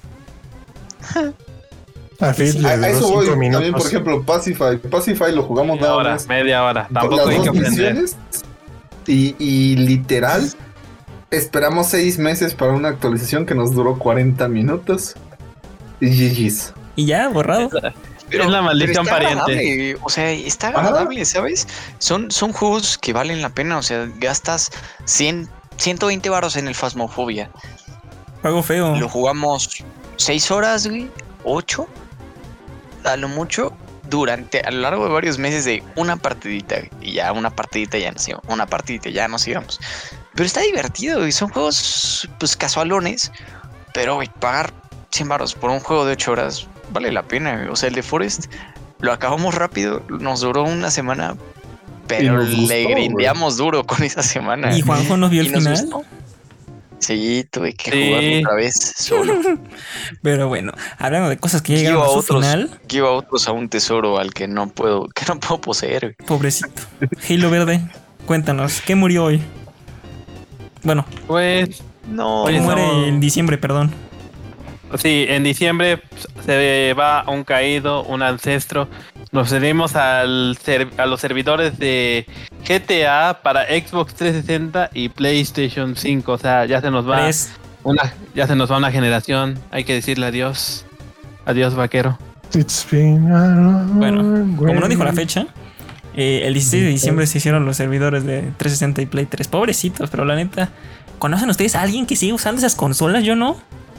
A eso voy. También, por ejemplo, Pacify lo jugamos media hora. Tampoco hay que aprender. Y literal, esperamos 6 meses para una actualización que nos duró 40 minutos. Y GG's. Y ya, borrado. Es la maldición pariente. Agradable. O sea, está agradable, ¿sabes? Son juegos que valen la pena. O sea, gastas 120 varos en el Phasmophobia. Juego feo. Lo jugamos 6 horas, güey. 8. A lo mucho. A lo largo de varios meses de una partidita. Y ya una partidita ya nos íbamos. Una partidita ya nos íbamos. Pero está divertido, güey. Son juegos, pues, casualones. Pero, güey, pagar 100 varos por un juego de 8 horas vale la pena, güey. O sea, el de Forest lo acabamos rápido. Nos duró una semana. Pero le grindeamos duro con esa semana. ¿Y Juanjo nos vio el final? Gustó. Sí, tuve que jugarlo otra vez solo. Pero bueno, hablando de cosas que llegaron a su final. Llevo a otros a un tesoro al que no puedo poseer. Pobrecito. Halo Verde, cuéntanos, ¿qué murió hoy? Bueno, pues no. Hoy muere en diciembre, perdón. Sí, en diciembre se va un caído, un ancestro. Nos unimos a los servidores de GTA para Xbox 360 y PlayStation 5. O sea, ya se nos va una generación. Hay que decirle adiós. Adiós, vaquero. Bueno, como no dijo la fecha, el 16 de diciembre se hicieron los servidores de 360 y Play 3. Pobrecitos, pero la neta, ¿conocen ustedes a alguien que sigue usando esas consolas? Yo no.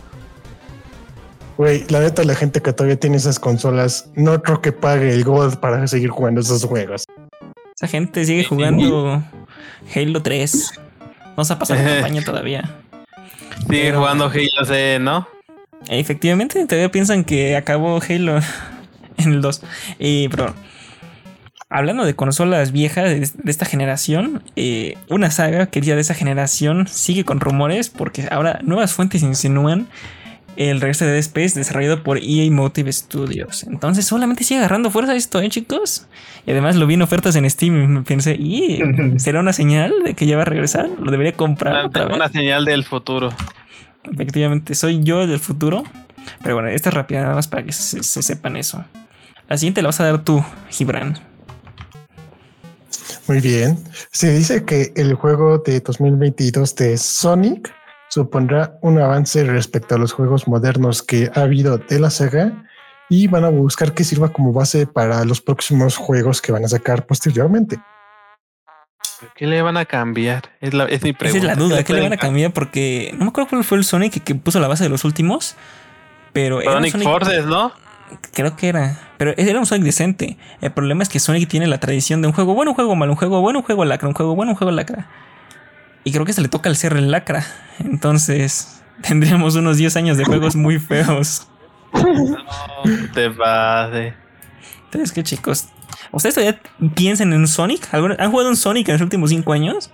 Güey, la neta, la gente que todavía tiene esas consolas, no creo que pague el Gold para seguir jugando esos juegos. Esa gente sigue jugando Halo 3. No se ha pasado la campaña todavía. Sigue jugando Halo C, ¿no? Efectivamente, todavía piensan que acabó Halo en el 2. Pero hablando de consolas viejas de esta generación, una saga querida de esa generación sigue con rumores porque ahora nuevas fuentes insinúan el regreso de Dead Space desarrollado por EA Motive Studios. Entonces solamente sigue agarrando fuerza esto, chicos. Y además lo vi en ofertas en Steam y me pensé, ¿será una señal de que ya va a regresar? Lo debería comprar otra vez. Una señal del futuro. Efectivamente, soy yo del futuro. Pero bueno, esta es rápida nada más para que se sepan eso. La siguiente la vas a dar tú, Gibran. Muy bien. Se dice que el juego de 2022 de Sonic supondrá un avance respecto a los juegos modernos que ha habido de la saga y van a buscar que sirva como base para los próximos juegos que van a sacar posteriormente. ¿Qué le van a cambiar? Es mi pregunta. Esa es la duda, ¿qué le van a cambiar? Porque no me acuerdo cuál fue el Sonic que puso la base de los últimos, pero Sonic Forces, ¿no? Creo que era, pero era un Sonic decente. El problema es que Sonic tiene la tradición de un juego bueno, un juego malo, un juego bueno, un juego lacra, un juego bueno, un juego lacra. Y creo que se le toca al cierre el lacra. Entonces tendríamos unos 10 años de juegos muy feos. No te pases. Entonces, ¿qué, chicos? ¿Ustedes todavía piensan en Sonic? ¿Han jugado en Sonic en los últimos 5 años?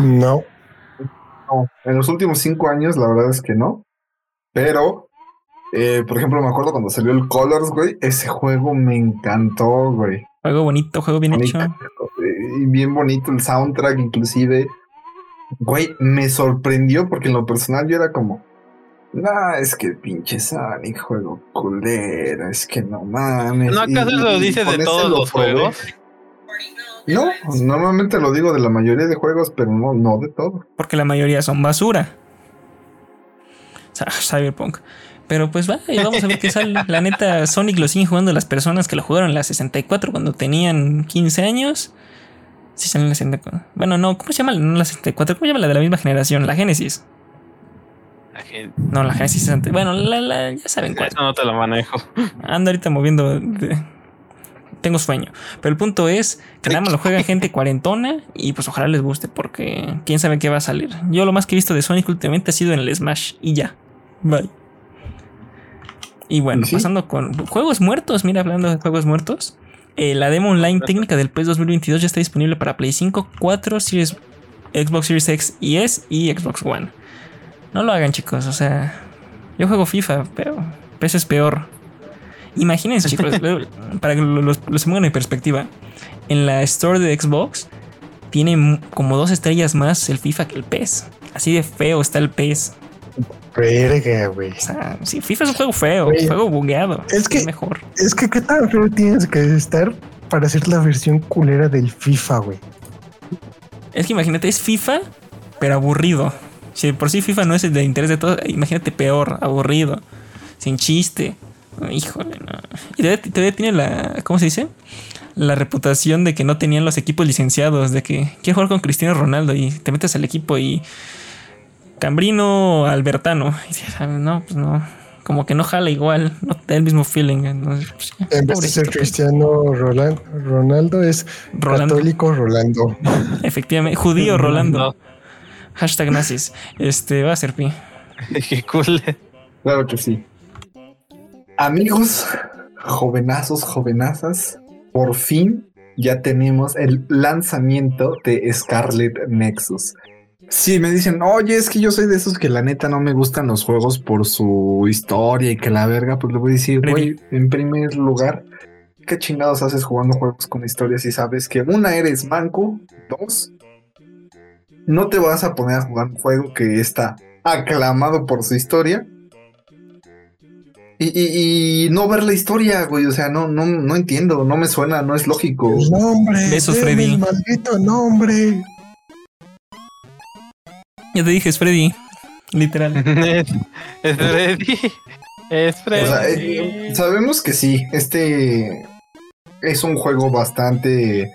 No. En los últimos 5 años la verdad es que no. Pero Por ejemplo, me acuerdo cuando salió el Colors, güey. Ese juego me encantó, güey. Juego bonito, juego bien hecho. Y bien bonito el soundtrack, inclusive. Güey, me sorprendió porque en lo personal yo era como... No, es que pinche Sonic, juego culero, es que no mames. ¿No acaso lo dices de todos los juegos? No, normalmente lo digo de la mayoría de juegos, pero no de todo. Porque la mayoría son basura. O sea, Cyberpunk. Pero pues va, y vamos a ver qué sale. La neta, Sonic lo siguen jugando las personas que lo jugaron en la 64 cuando tenían 15 años. Sí, salen en la 64. Bueno, no, ¿cómo se llama? No la 64, ¿cómo se llama la de la misma generación? La Genesis. No, la Genesis es antes. Bueno, ya saben cuál. Eso no te lo manejo. Ando ahorita moviendo. Tengo sueño. Pero el punto es que nada más lo juega gente cuarentona y pues ojalá les guste porque quién sabe qué va a salir. Yo lo más que he visto de Sonic últimamente ha sido en el Smash y ya. Bye. Y bueno, ¿sí? Pasando con juegos muertos. Mira, hablando de juegos muertos. La demo online técnica del PES 2022 ya está disponible para Play 5, 4, Xbox Series X y S y Xbox One. No lo hagan, chicos, o sea, yo juego FIFA, pero PES es peor. Imagínense, chicos, para que los pongan en perspectiva. En la store de Xbox tiene como 2 estrellas más el FIFA que el PES. Así de feo está el PES. Verga, güey. O sea, sí, FIFA es un juego feo, un juego bugueado. Es que mejor. Es que qué tan feo tienes que estar para hacer la versión culera del FIFA, güey. Es que imagínate, es FIFA, pero aburrido. Si por sí FIFA no es el de interés de todos, imagínate peor, aburrido, sin chiste. Híjole, no. Y todavía tiene la, ¿cómo se dice? La reputación de que no tenían los equipos licenciados, de que quiero jugar con Cristiano Ronaldo y te metes al equipo y Cambrino Albertano. Y dices, no, pues no, como que no jala igual, no te da el mismo feeling. Entonces, pues, en vez de ser Cristiano Ronaldo es Rolando. Católico Rolando. Efectivamente, judío Rolando. Hashtag nazis. Va a ser pi. Qué cool. Claro que sí. Amigos, jovenazos, jovenazas, por fin ya tenemos el lanzamiento de Scarlet Nexus. Si me dicen, oye, es que yo soy de esos que la neta no me gustan los juegos por su historia y que la verga, pues le voy a decir, güey, en primer lugar, ¿qué chingados haces jugando juegos con historia si sabes que una, eres manco, 2, no te vas a poner a jugar un juego que está aclamado por su historia? Y no ver la historia, güey, o sea, no entiendo, no me suena, no es lógico. El nombre, besos, Freddy. El maldito nombre. Ya te dije, es Freddy, literal. Es Freddy. Es Freddy. O sea, sabemos que sí, es un juego bastante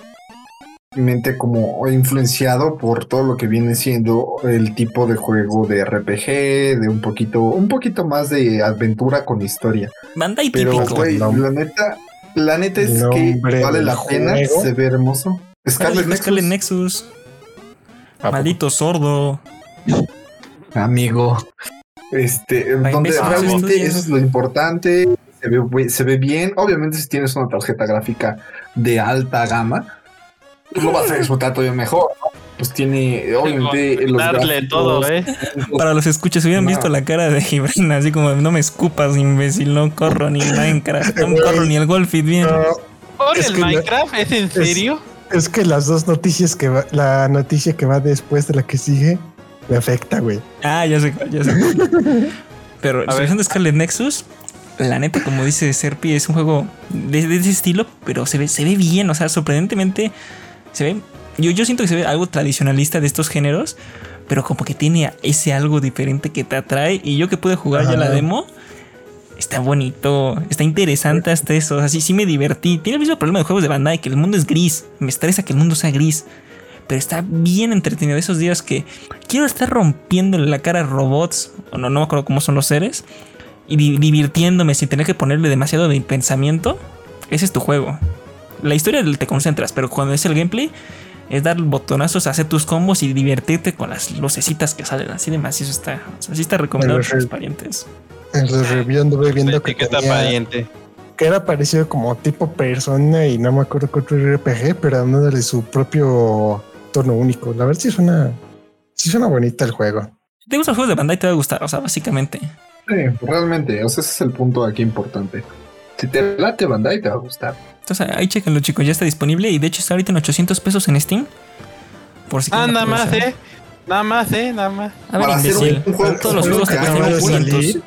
como influenciado por todo lo que viene siendo el tipo de juego de RPG, de un poquito más de aventura con historia. Bandai pero típico. Güey, la neta es que vale la pena, se ve hermoso. Scarlet Nexus. Maldito sordo. Amigo. Donde realmente eso es lo importante. Se ve bien. Obviamente si tienes una tarjeta gráfica de alta gama, lo vas a disfrutar todavía mejor, ¿no? Pues tiene, obviamente, los gráficos, todo, Para los escuchas, hubieran visto la cara de Gibran, así como, no me escupas, imbécil, no corro ni Minecraft, no corro ni el Golfit bien. ¿Por el Minecraft? ¿Es en serio? Es que las dos noticias la noticia que va después de la que sigue, me afecta, güey. Ah, ya sé. Pero la versión de Scarlet Nexus, la neta, como dice Serpi, es un juego de ese estilo, pero se ve bien, o sea, sorprendentemente se ve. Yo siento que se ve algo tradicionalista de estos géneros, pero como que tiene ese algo diferente que te atrae. Y yo que pude jugar ya la demo, está bonito, está interesante hasta eso. Así sí me divertí. Tiene el mismo problema de juegos de Bandai, que el mundo es gris. Me estresa que el mundo sea gris. Pero está bien entretenido. Esos días que quiero estar rompiendo la cara a robots, o no me acuerdo cómo son los seres, y divirtiéndome sin tener que ponerle demasiado de pensamiento. Ese es tu juego. La historia te concentras, pero cuando es el gameplay es dar botonazos, hacer tus combos y divertirte con las lucecitas que salen así de macizo. Así está recomendado para los parientes. En los reviews anduve viendo que era parecido como tipo Persona y no me acuerdo qué otro RPG, pero dándole su propio tono único. La verdad sí suena bonita el juego. Si te gustan los juegos de Bandai te va a gustar, o sea, básicamente. realmente, o sea, ese es el punto aquí importante. Si te late Bandai, te va a gustar. Entonces ahí chequenlo, chicos, ya está disponible y de hecho está ahorita en 800 pesos en Steam. Por si quieren nada más, aprovechar. Nada más. A ver, Para hacer imbécil. un juego Todos los que juegos te acaba cuestan de 500. salir.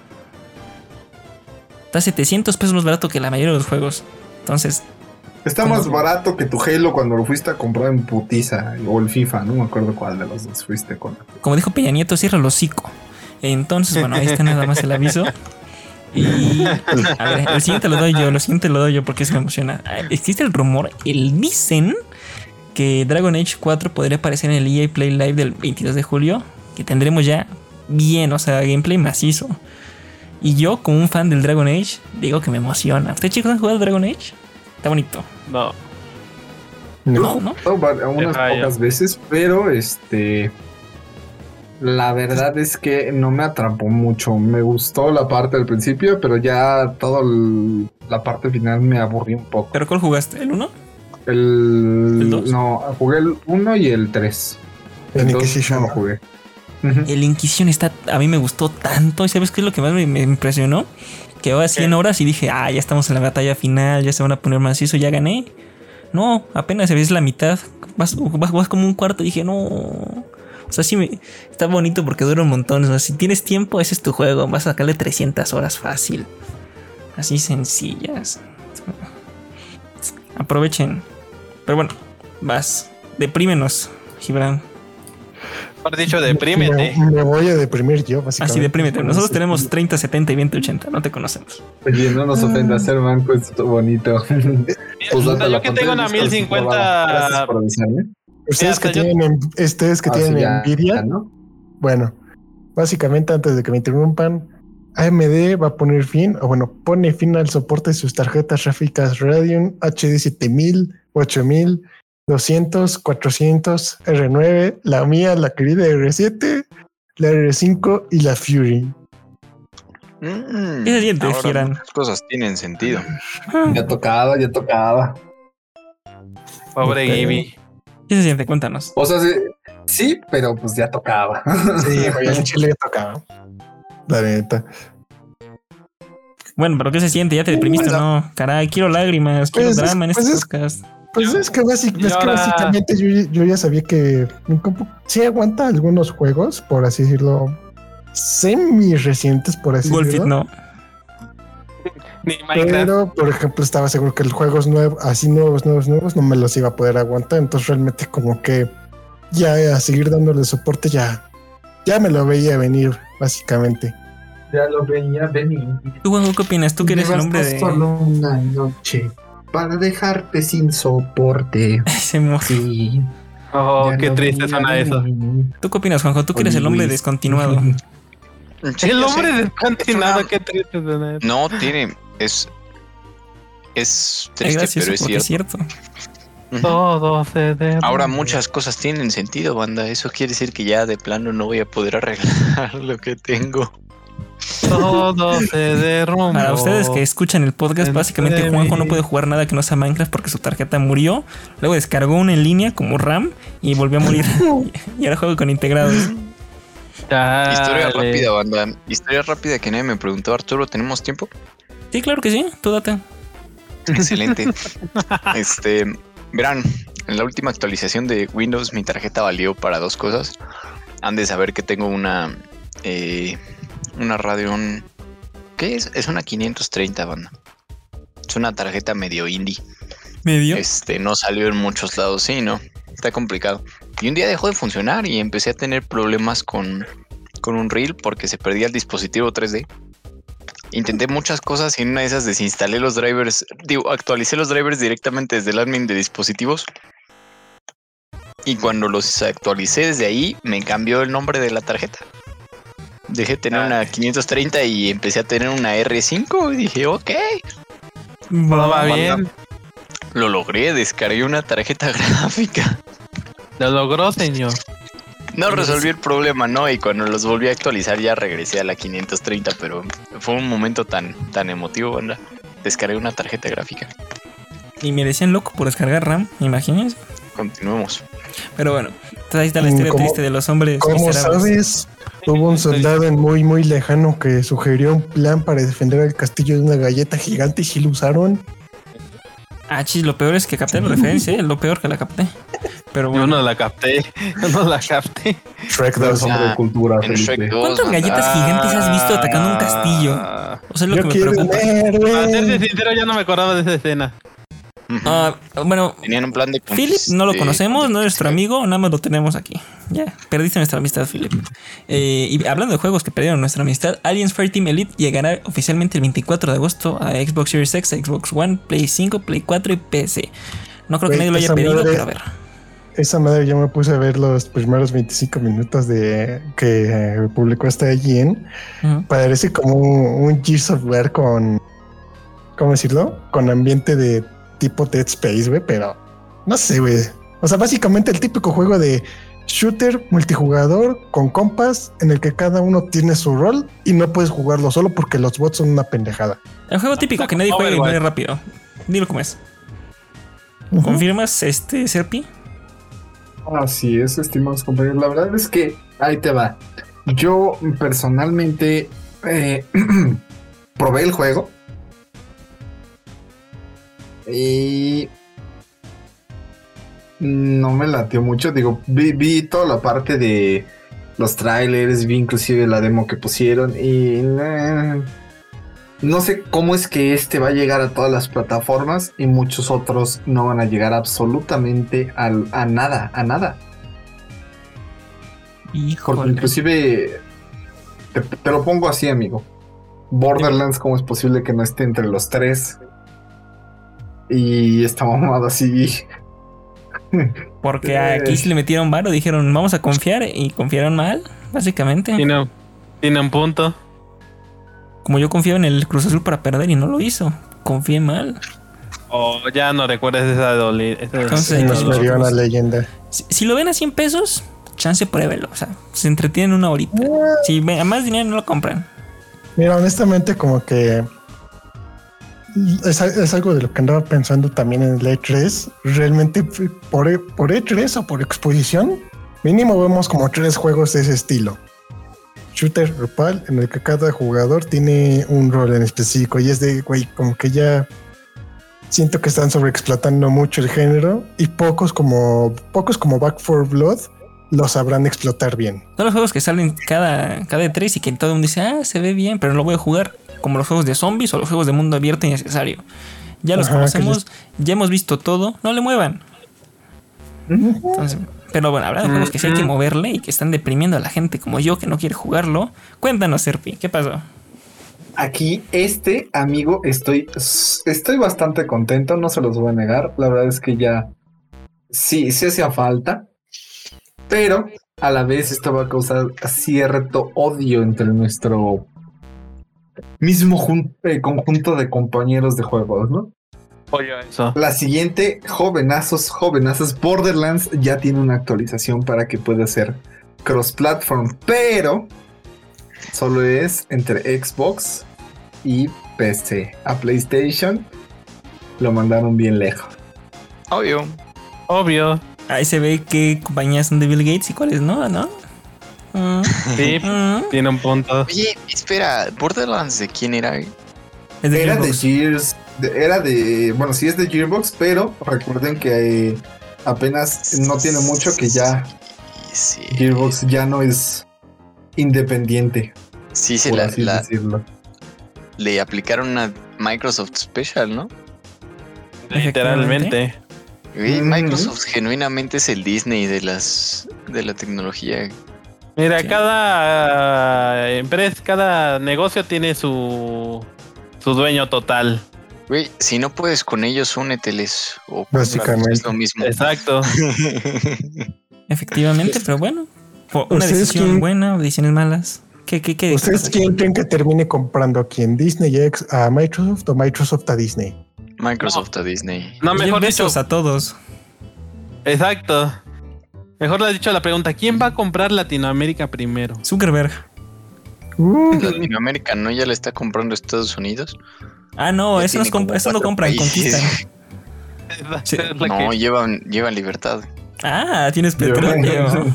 Está 700 pesos más barato que la mayoría de los juegos. Entonces, Está más barato que tu Halo cuando lo fuiste a comprar en putiza. O el FIFA, no me acuerdo cuál de los dos fuiste con. como dijo Peña Nieto, cierra el hocico. Entonces, bueno, ahí está nada más el aviso. Y a ver, el siguiente lo doy yo porque se me emociona. Existe el rumor, dicen que Dragon Age 4 podría aparecer en el EA Play Live del 22 de julio, que tendremos ya bien, o sea, gameplay macizo. Y yo, como un fan del Dragon Age, digo que me emociona. ¿Ustedes, chicos, han jugado Dragon Age? Está bonito. No. No. Unas pocas veces, pero la verdad es que no me atrapó mucho. Me gustó la parte del principio, pero ya toda la parte final me aburrió un poco. ¿Pero cuál jugaste? ¿El 1? ¿El 2? No, jugué el 1 y el 3. El Entonces Inquisition. no lo jugué. El Inquisition a mí me gustó tanto. ¿Y sabes qué es lo que más me impresionó? Que va a 100 horas y dije, ya estamos en la batalla final, ya se van a poner macizo, ya gané. No, apenas se ves la mitad. Vas como un cuarto y dije, no. O sea, sí está bonito porque dura un montón. O sea, si tienes tiempo, ese es tu juego. Vas a sacarle 300 horas fácil. Así sencillas. Aprovechen. Pero bueno, deprímenos, Gibran. Por dicho, deprímete. Me voy a deprimir yo, básicamente. Así, deprímete. Nosotros tenemos 30, 70 y 20, 80. No te conocemos. Oye, no nos ofendas, ser manco es bonito. Yo que tengo una 1050. Gracias por avisarme. Ustedes que tienen Nvidia, ¿no? Bueno, básicamente antes de que me interrumpan, AMD va a poner pone fin al soporte de sus tarjetas gráficas Radeon HD 7000, 8200, 400, R9, la mía, la querida R7, la R5 y la Fury. ¿Qué se siente, Giran? Las cosas tienen sentido. Ya tocaba. Pobre Gaby. ¿Qué se siente? Cuéntanos. O sea, sí, pero pues ya tocaba. Sí, en Chile ya tocaba. La neta. Bueno, pero ¿qué se siente? ¿Ya te deprimiste o no? Caray, quiero lágrimas, quiero drama en este podcast. Pues es que básicamente yo ya sabía que mi compu sí aguanta algunos juegos, por así decirlo, semi recientes, por así Golfit decirlo. no. Ni Minecraft. Pero, por ejemplo, estaba seguro que los juegos nuevos, así nuevos, no me los iba a poder aguantar. Entonces realmente como que ya a seguir dándole soporte ya me lo veía venir, básicamente. Ya lo veía venir. ¿Tú, Juanjo, qué opinas? Tú que eres el hombre de... Solo una noche para dejarte sin soporte. Ese morro. Sí. Oh, Ya qué lo triste veía suena eso. venir. ¿Tú qué opinas, Juanjo? Tú que eres el hombre Luis. descontinuado. Sí, El yo hombre sé. descontinuado, qué triste suena eso. No, tiene. Es Es triste, gracioso pero es porque cierto. es cierto. Todo se derrumba. Ahora muchas cosas tienen sentido, banda. Eso quiere decir que ya de plano no voy a poder arreglar lo que tengo. Todo se derrumba. Para ustedes que escuchan el podcast, básicamente Juanjo no puede jugar nada que no sea Minecraft porque su tarjeta murió. Luego descargó una en línea como RAM y volvió a morir. Y ahora juego con integrados. Historia rápida, banda. Historia rápida que nadie me preguntó. Arturo, ¿tenemos tiempo? Sí, claro que sí. Tú date. Excelente. Verán, en la última actualización de Windows mi tarjeta valió para dos cosas. Han de saber que tengo una Radeon. ¿Qué es? Es una 530, banda. Es una tarjeta medio indie. ¿Medio? No salió en muchos lados, sí, ¿no? Está complicado. Y un día dejó de funcionar y empecé a tener problemas con un reel porque se perdía el dispositivo 3D. Intenté muchas cosas y en una de esas desinstalé los drivers, actualicé los drivers directamente desde el admin de dispositivos. Y cuando los actualicé desde ahí, me cambió el nombre de la tarjeta. Dejé de tener una 530 y empecé a tener una R5 y dije, ok. Va bien. Lo logré, descargué una tarjeta gráfica. Lo logró, señor. No resolví el problema, ¿no? Y cuando los volví a actualizar ya regresé a la 530, pero fue un momento tan emotivo, banda. Descargué una tarjeta gráfica. Y me decían loco por descargar RAM, imagínense. continuemos. Pero bueno, entonces ahí está la historia triste de los hombres ¿Cómo miserables. sabes? Hubo un soldado muy, muy lejano que sugirió un plan para defender el castillo de una galleta gigante y sí lo usaron. Ah, chis, lo peor es que capté la referencia, lo peor que la capté. Pero bueno. Yo no la capté. Shrek No 2. es hombre de cultura, En Felipe. Shrek 2, ¿Cuántas galletas gigantes has visto atacando un castillo? O sea, es lo Yo que me quiero preocupa. un héroe. Para serte sincero, ya no me acordaba de esa escena. Bueno, Tenían un plan de Philip no lo conocemos, no es nuestro amigo, nada más lo tenemos aquí. Ya, perdiste nuestra amistad, Philip. Y hablando de juegos que perdieron nuestra amistad, Aliens Fireteam Elite llegará oficialmente el 24 de agosto a Xbox Series X, Xbox One, Play 5, Play 4 y PC. No creo que nadie lo haya pedido, pero a ver. Esa madre yo me puse a ver los primeros 25 minutos de que publicó esta IGN. Parece como un Gears of War con, ¿cómo decirlo? Con ambiente de tipo Dead Space, güey, pero no sé, güey. O sea, básicamente el típico juego de shooter multijugador con compas en el que cada uno tiene su rol y no puedes jugarlo solo porque los bots son una pendejada. El juego típico que nadie juega y muere rápido. Dilo cómo es. ¿Confirmas, Serpi? Así es, estimados compañeros. La verdad es que ahí te va. Yo personalmente probé el juego y no me latió mucho. Digo, vi toda la parte de los trailers, vi inclusive la demo que pusieron y no sé cómo es que este va a llegar a todas las plataformas y muchos otros no van a llegar absolutamente a nada. Híjole. Porque inclusive te lo pongo así, amigo. Borderlands, ¿cómo es posible que no esté entre los tres? Y esta mamada así. Porque aquí sí le metieron varo, dijeron vamos a confiar y confiaron mal, básicamente. Tiene un punto. Como yo confiaba en el Cruz Azul para perder y no lo hizo, confié mal. Ya no recuerdas esa Entonces, Nos murió una leyenda. Si lo ven a 100 pesos, chance pruébelo. O sea, se entretienen una horita. Si ven a más dinero no lo compran. Mira, honestamente como que es algo de lo que andaba pensando también en el E3. Realmente por E3 o por exposición, mínimo vemos como 3 juegos de ese estilo. Shooter grupal en el que cada jugador tiene un rol en específico y es de, güey, como que ya siento que están sobreexplotando mucho el género y pocos como Back 4 Blood lo sabrán explotar bien. Son los juegos que salen cada E3 y que todo el mundo dice, se ve bien, pero no lo voy a jugar. Como los juegos de zombies o los juegos de mundo abierto innecesario. Ya los conocemos, ya hemos visto todo, no le muevan. Entonces, pero bueno, habrá de juegos que sí hay que moverle y que están deprimiendo a la gente como yo que no quiere jugarlo. Cuéntanos, Serpi, ¿qué pasó? Aquí, amigo, estoy bastante contento, no se los voy a negar. La verdad es que ya sí hacía falta, pero a la vez esto va a causar cierto odio entre nuestro mismo conjunto de compañeros de juegos, ¿no? Eso. La siguiente, jovenazos, Borderlands ya tiene una actualización para que pueda ser cross-platform, pero solo es entre Xbox y PC. A PlayStation lo mandaron bien lejos. Obvio. Ahí se ve qué compañías son de Bill Gates y cuáles no. Sí, tiene un punto. Oye, espera, ¿Borderlands de quién era? Era de Gears, bueno, sí es de Gearbox, pero recuerden que apenas no tiene mucho que ya Gearbox ya no es independiente. Sí, decirlo. Le aplicaron una Microsoft Special, ¿no? Literalmente. Microsoft genuinamente es el Disney de la tecnología. Mira, cada empresa, cada negocio tiene su dueño total. Güey, si no puedes con ellos, úneteles. Básicamente. Es lo mismo. Exacto. Efectivamente, pero bueno. Una decisión buena o decisiones malas. ¿Qué ¿Ustedes quién creen que termine comprando a quién? ¿Disney a Microsoft o Microsoft a Disney? Microsoft a Disney. No, mejor dicho. A todos. Exacto. Mejor le has dicho la pregunta: ¿quién va a comprar Latinoamérica primero? Zuckerberg. Latinoamérica no ya le está comprando Estados Unidos. No, eso no compran, conquistan. Sí. No, llevan libertad. Ah, tienes petróleo.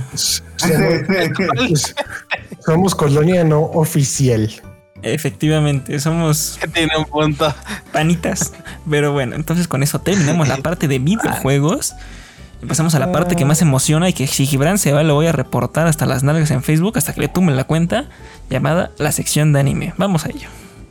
Somos colonia no oficial. Efectivamente, somos Tiene un punto. panitas. Pero bueno, entonces con eso terminamos la parte de videojuegos. Y pasamos a la parte que más emociona y que si Gibran se va lo voy a reportar hasta las nalgas en Facebook hasta que le tumben la cuenta, llamada la sección de anime. Vamos a ello.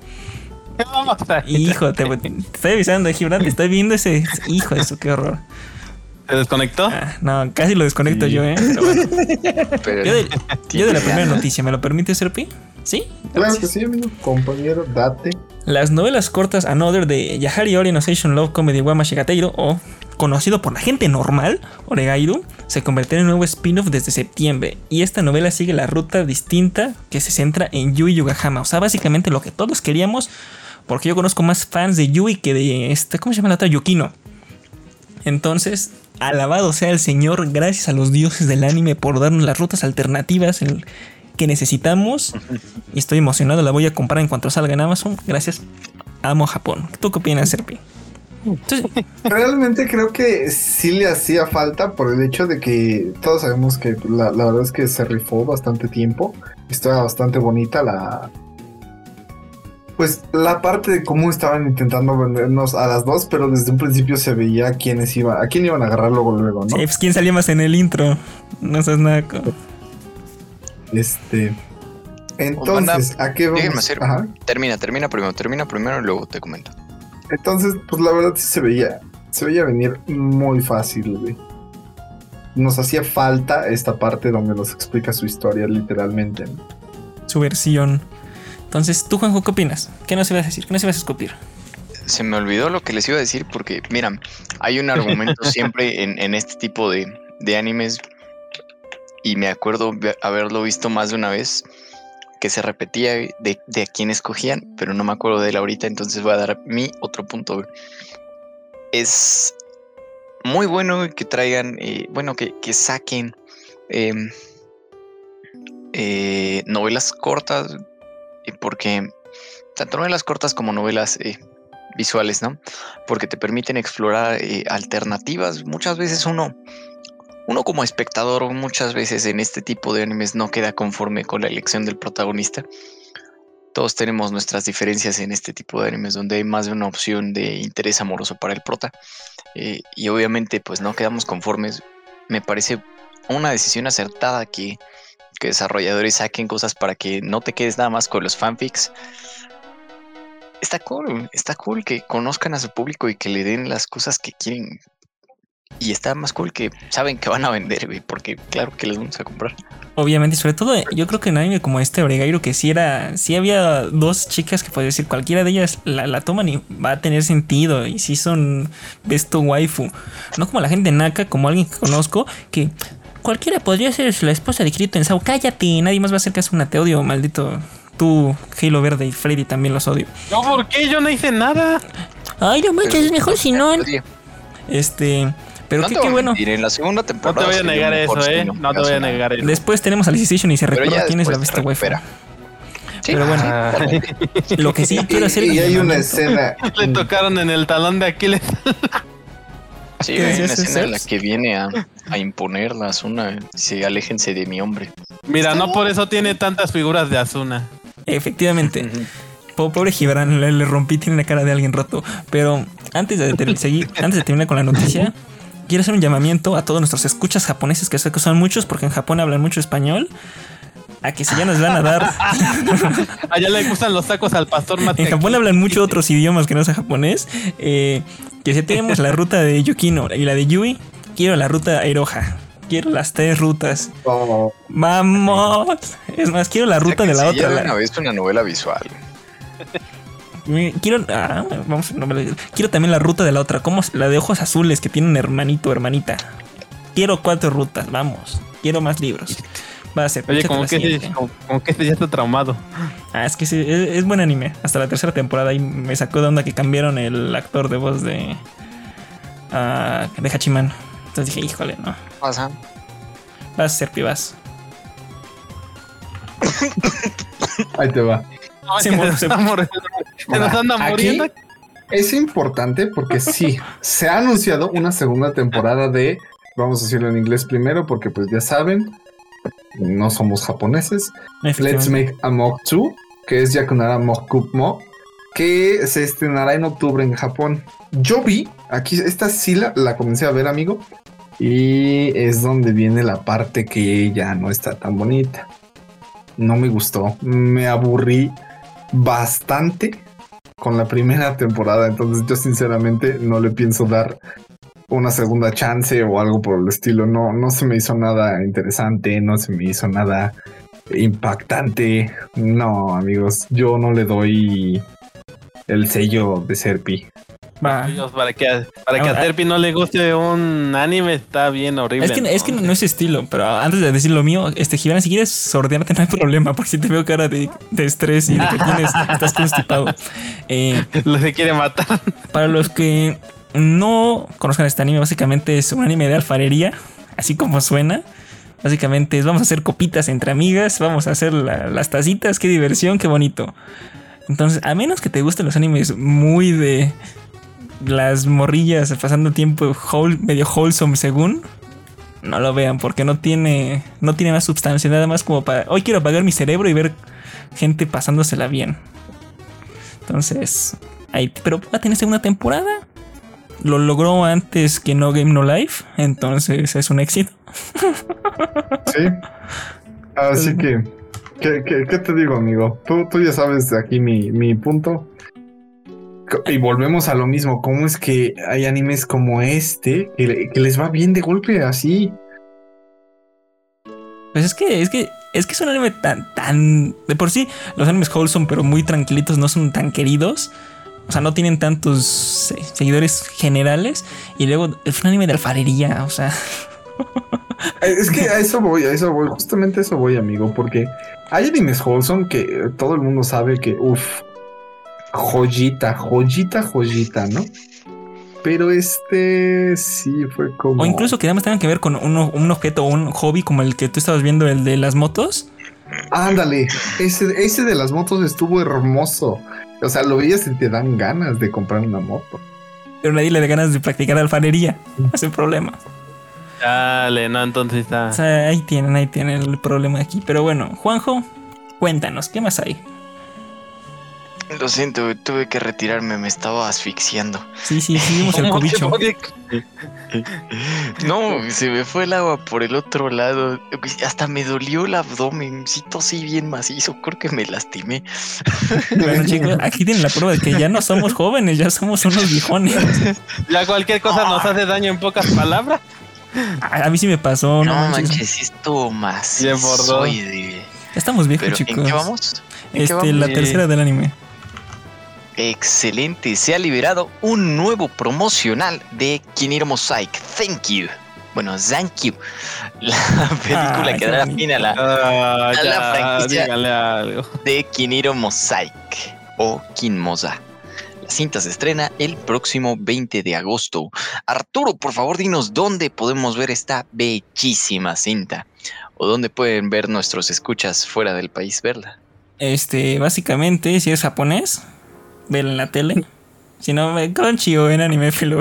Hijo, te estoy avisando, Gibran, te estoy viendo ese... Hijo de eso, qué horror. ¿Se desconectó? No, casi lo desconecto yo, Pero bueno. Yo de la primera noticia, ¿me lo permite, Serpi? ¿Sí? Claro que sí, amigo. Compañero, date. Las novelas cortas Another de Yahari Ori Station Love Comedy Wama Shigateiro, o conocido por la gente normal, Oregairu, se convirtió en un nuevo spin-off desde septiembre. Y esta novela sigue la ruta distinta que se centra en Yui Yugahama. O sea, básicamente lo que todos queríamos, porque yo conozco más fans de Yui que de ¿cómo se llama la otra? Yukino. Entonces, alabado sea el Señor, gracias a los dioses del anime por darnos las rutas alternativas que necesitamos. Y estoy emocionado, la voy a comprar en cuanto salga en Amazon. Gracias, amo Japón. ¿Tú qué opinas, Serpi? Entonces, realmente creo que sí le hacía falta por el hecho de que todos sabemos que la verdad es que se rifó bastante tiempo. Estaba bastante bonita la parte de cómo estaban intentando vendernos a las dos, pero desde un principio se veía a quién iban a agarrar luego, ¿no? Sí, pues quién salía más en el intro. No sabes nada. Entonces, ¿a qué vamos? Déjenme hacer. Termina primero y luego te comento. Entonces, pues la verdad sí se veía venir muy fácil, güey. Nos hacía falta esta parte donde nos explica su historia literalmente, ¿no? Su versión. Entonces, tú, Juanjo, ¿qué opinas? ¿Qué nos ibas a decir? ¿Qué nos ibas a escupir? Se me olvidó lo que les iba a decir porque, mira, hay un argumento siempre en este tipo de animes y me acuerdo haberlo visto más de una vez que se repetía de a quién escogían, pero no me acuerdo de él ahorita, entonces voy a dar mi otro punto. Es muy bueno que traigan, que saquen novelas cortas, porque tanto novelas cortas como novelas visuales, ¿no? Porque te permiten explorar alternativas. Muchas veces uno como espectador, muchas veces en este tipo de animes no queda conforme con la elección del protagonista. Todos tenemos nuestras diferencias en este tipo de animes donde hay más de una opción de interés amoroso para el prota. Y obviamente pues no quedamos conformes. Me parece una decisión acertada que desarrolladores saquen cosas para que no te quedes nada más con los fanfics. Está cool que conozcan a su público y que le den las cosas que quieren. Y está más cool que saben que van a vender, güey, porque claro que les vamos a comprar. Obviamente, sobre todo yo creo que en anime como este Oregairu, que sí había dos chicas que podía decir cualquiera de ellas la toman y va a tener sentido. Y sí son besto waifu. No como la gente Naka, como alguien que conozco, que cualquiera podría ser la esposa de Kirito en Sao. Cállate, nadie más va a hacer caso. Te odio, maldito. Tú, Halo Verde y Freddy también los odio. No, ¿por qué? Yo no hice nada. Ay, no manches, es mejor si no. Pero no qué bueno. En la segunda temporada. No te voy a negar eso, No te voy a negar eso. Después tenemos Alicization y se recuerda quién es la bestia waifu. Sí. Pero bueno, lo que sí quiero hacer. Y hay una escena. Le tocaron en el talón de Aquiles. Sí, hay una escena en la que viene a imponer la Asuna. Sí, aléjense de mi hombre. Mira, no por eso tiene tantas figuras de Asuna. Efectivamente. Pobre Gibran, le rompí, tiene la cara de alguien roto. Pero antes de terminar con la noticia, quiero hacer un llamamiento a todos nuestros escuchas japoneses, que sé que son muchos porque en Japón hablan mucho español, a que si ya nos van a dar... Allá le gustan los tacos al pastor Mate. En Japón hablan muchos otros idiomas que no sea japonés. Que si tenemos la ruta de Yukino y la de Yui, quiero la ruta Airoha. Quiero las 3 rutas. Oh. ¡Vamos! Es más, quiero la ruta de la otra. Una vez una novela visual. Quiero también la ruta de la otra, como la de ojos azules que tiene un hermanito o hermanita. Quiero 4 rutas, vamos. Quiero más libros. Va a ser. Oye, como que este ya está traumado. Es que sí, es buen anime. Hasta la 3ª temporada y me sacó de onda que cambiaron el actor de voz de Hachiman. Entonces dije, híjole, no. Pasa. Vas, Serpi, vas. Ahí te va. Se nos anda muriendo. es importante porque sí, se ha anunciado una segunda temporada de, vamos a decirlo en inglés primero, porque pues ya saben, no somos japoneses. Let's Make Amok 2, que es Yakunara Mokupmo, que se estrenará en octubre en Japón. Yo vi, aquí, esta sí la comencé a ver, amigo, y es donde viene la parte que ya no está tan bonita. No me gustó, me aburrí bastante con la primera temporada, entonces yo sinceramente no le pienso dar una segunda chance o algo por el estilo. No se me hizo nada interesante, no se me hizo nada impactante. No, amigos, yo no le doy el sello de Serpi. Para que a Terpi no le guste un anime está bien horrible. Es que no es estilo, pero antes de decir lo mío, Gibran, si quieres sordearte no hay problema, porque si te veo cara de estrés y de que estás constipado. Lo se quiere matar. Para los que no conozcan este anime, básicamente es un anime de alfarería, así como suena. Básicamente es vamos a hacer copitas entre amigas, vamos a hacer las tacitas, qué diversión, qué bonito. Entonces, a menos que te gusten los animes muy de las morrillas pasando tiempo medio wholesome según, no lo vean porque no tiene más sustancia, nada más como para hoy quiero apagar mi cerebro y ver gente pasándosela bien. Entonces, pero va a tener segunda temporada. Lo logró antes que No Game No Life, entonces es un éxito. Sí. Así que ¿qué te digo, amigo? Tú ya sabes aquí mi punto. Y volvemos a lo mismo. ¿Cómo es que hay animes como este que les va bien de golpe así? Pues es que es un anime tan de por sí los animes wholesome pero muy tranquilitos no son tan queridos. O sea, no tienen tantos seguidores generales. Y luego es un anime de alfarería, o sea. Es que a eso voy. Justamente a eso voy, amigo. Porque hay animes wholesome que todo el mundo sabe que, joyita, ¿no? Pero sí fue como... O incluso que además tengan que ver con un objeto o un hobby como el que tú estabas viendo, el de las motos. Ándale, ese de las motos estuvo hermoso. O sea, lo veías y te dan ganas de comprar una moto. Pero nadie le da ganas de practicar alfarería. Es el problema. Dale, no, entonces está... O sea, ahí tienen el problema aquí. Pero bueno, Juanjo, cuéntanos, ¿qué más hay? Lo siento, tuve que retirarme, me estaba asfixiando. Sí, vimos el cobicho. No, se me fue el agua por el otro lado. Hasta me dolió el abdomen. Sí, tosí bien macizo, creo que me lastimé. Bueno, chicos, aquí tienen la prueba de que ya no somos jóvenes, ya somos unos viejones. Ya cualquier cosa nos hace daño en pocas palabras. A mí sí me pasó, no manches, esto más. Bien borró. Estamos viejos, pero, chicos. ¿en qué vamos? La tercera del anime. Excelente, se ha liberado un nuevo promocional de Kiniro Mosaic. Thank you. Bueno, thank you. La película que dará fin a la franquicia de Kiniro Mosaic o Kinmoza. La cinta se estrena el próximo 20 de agosto. Arturo, por favor, dinos dónde podemos ver esta bellísima cinta o dónde pueden ver nuestros escuchas fuera del país verla. Básicamente, si es japonés, verla en la tele. Si no, Crunchy o en Animefilo.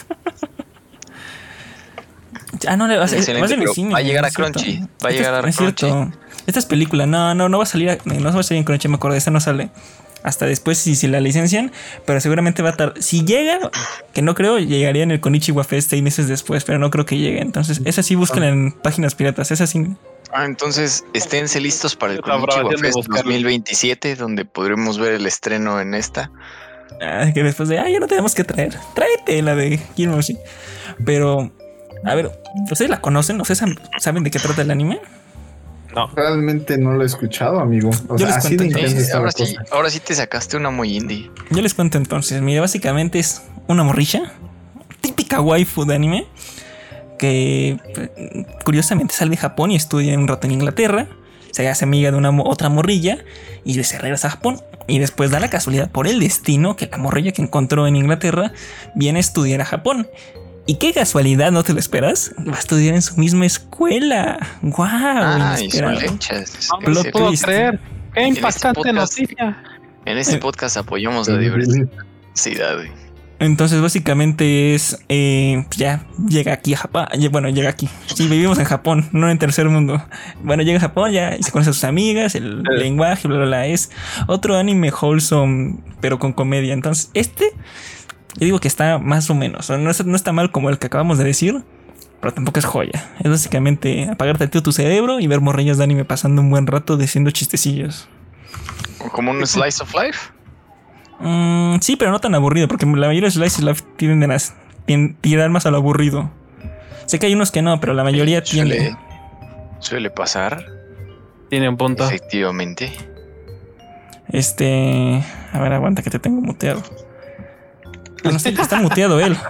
No le va a ser en el cine. Va a llegar a Crunchy. Va a llegar a Crunchy. Esta es película. No va a salir. No va a salir en Crunchy, me acuerdo. Esta no sale hasta después si la licencian. Pero seguramente va a tardar. Si llega, que no creo, llegaría en el Konichiwa Fest 6 meses después. Pero no creo que llegue. Entonces, esa sí busquen en páginas piratas. Esa sí. Entonces, esténse listos para el Konichiwa Fest 2027, donde podremos ver el estreno en esta. Que después de, ya no tenemos que traer. Tráete la de Kirmoshi. Pero, a ver, ¿ustedes la conocen? ¿Ustedes saben de qué trata el anime? No. Realmente no lo he escuchado, amigo. O sea, así de intenso. Ahora sí te sacaste una muy indie. Yo les cuento entonces. Mira, básicamente es una morrilla. Típica waifu de anime. Que curiosamente sale de Japón y estudia un rato en Inglaterra. Se hace amiga de una otra morrilla y se regresa a Japón. Y después da la casualidad por el destino que la morrilla que encontró en Inglaterra viene a estudiar a Japón. Y qué casualidad, ¿no te lo esperas? Va a estudiar en su misma escuela. ¡Guau! No lo puedo creer. ¡Qué impactante noticia! En este podcast apoyamos la diversidad. Sí, Daddy. Entonces básicamente es ya llega aquí a Japón. Bueno, llega aquí. Sí, vivimos en Japón, no en tercer mundo. Bueno, llega a Japón ya y se conoce a sus amigas, el lenguaje, bla, bla, bla. Es otro anime wholesome, pero con comedia. Entonces, yo digo que está más o menos. No está mal como el que acabamos de decir, pero tampoco es joya. Es básicamente apagarte tu cerebro y ver morrillas de anime pasando un buen rato diciendo chistecillos. ¿Como un slice of life? Sí, pero no tan aburrido, porque la mayoría de Slice of Life tienden a tirar más a lo aburrido. Sé que hay unos que no, pero la mayoría tiende. Suele pasar. Tiene un punto. Efectivamente. A ver, aguanta que te tengo muteado. No, está muteado él.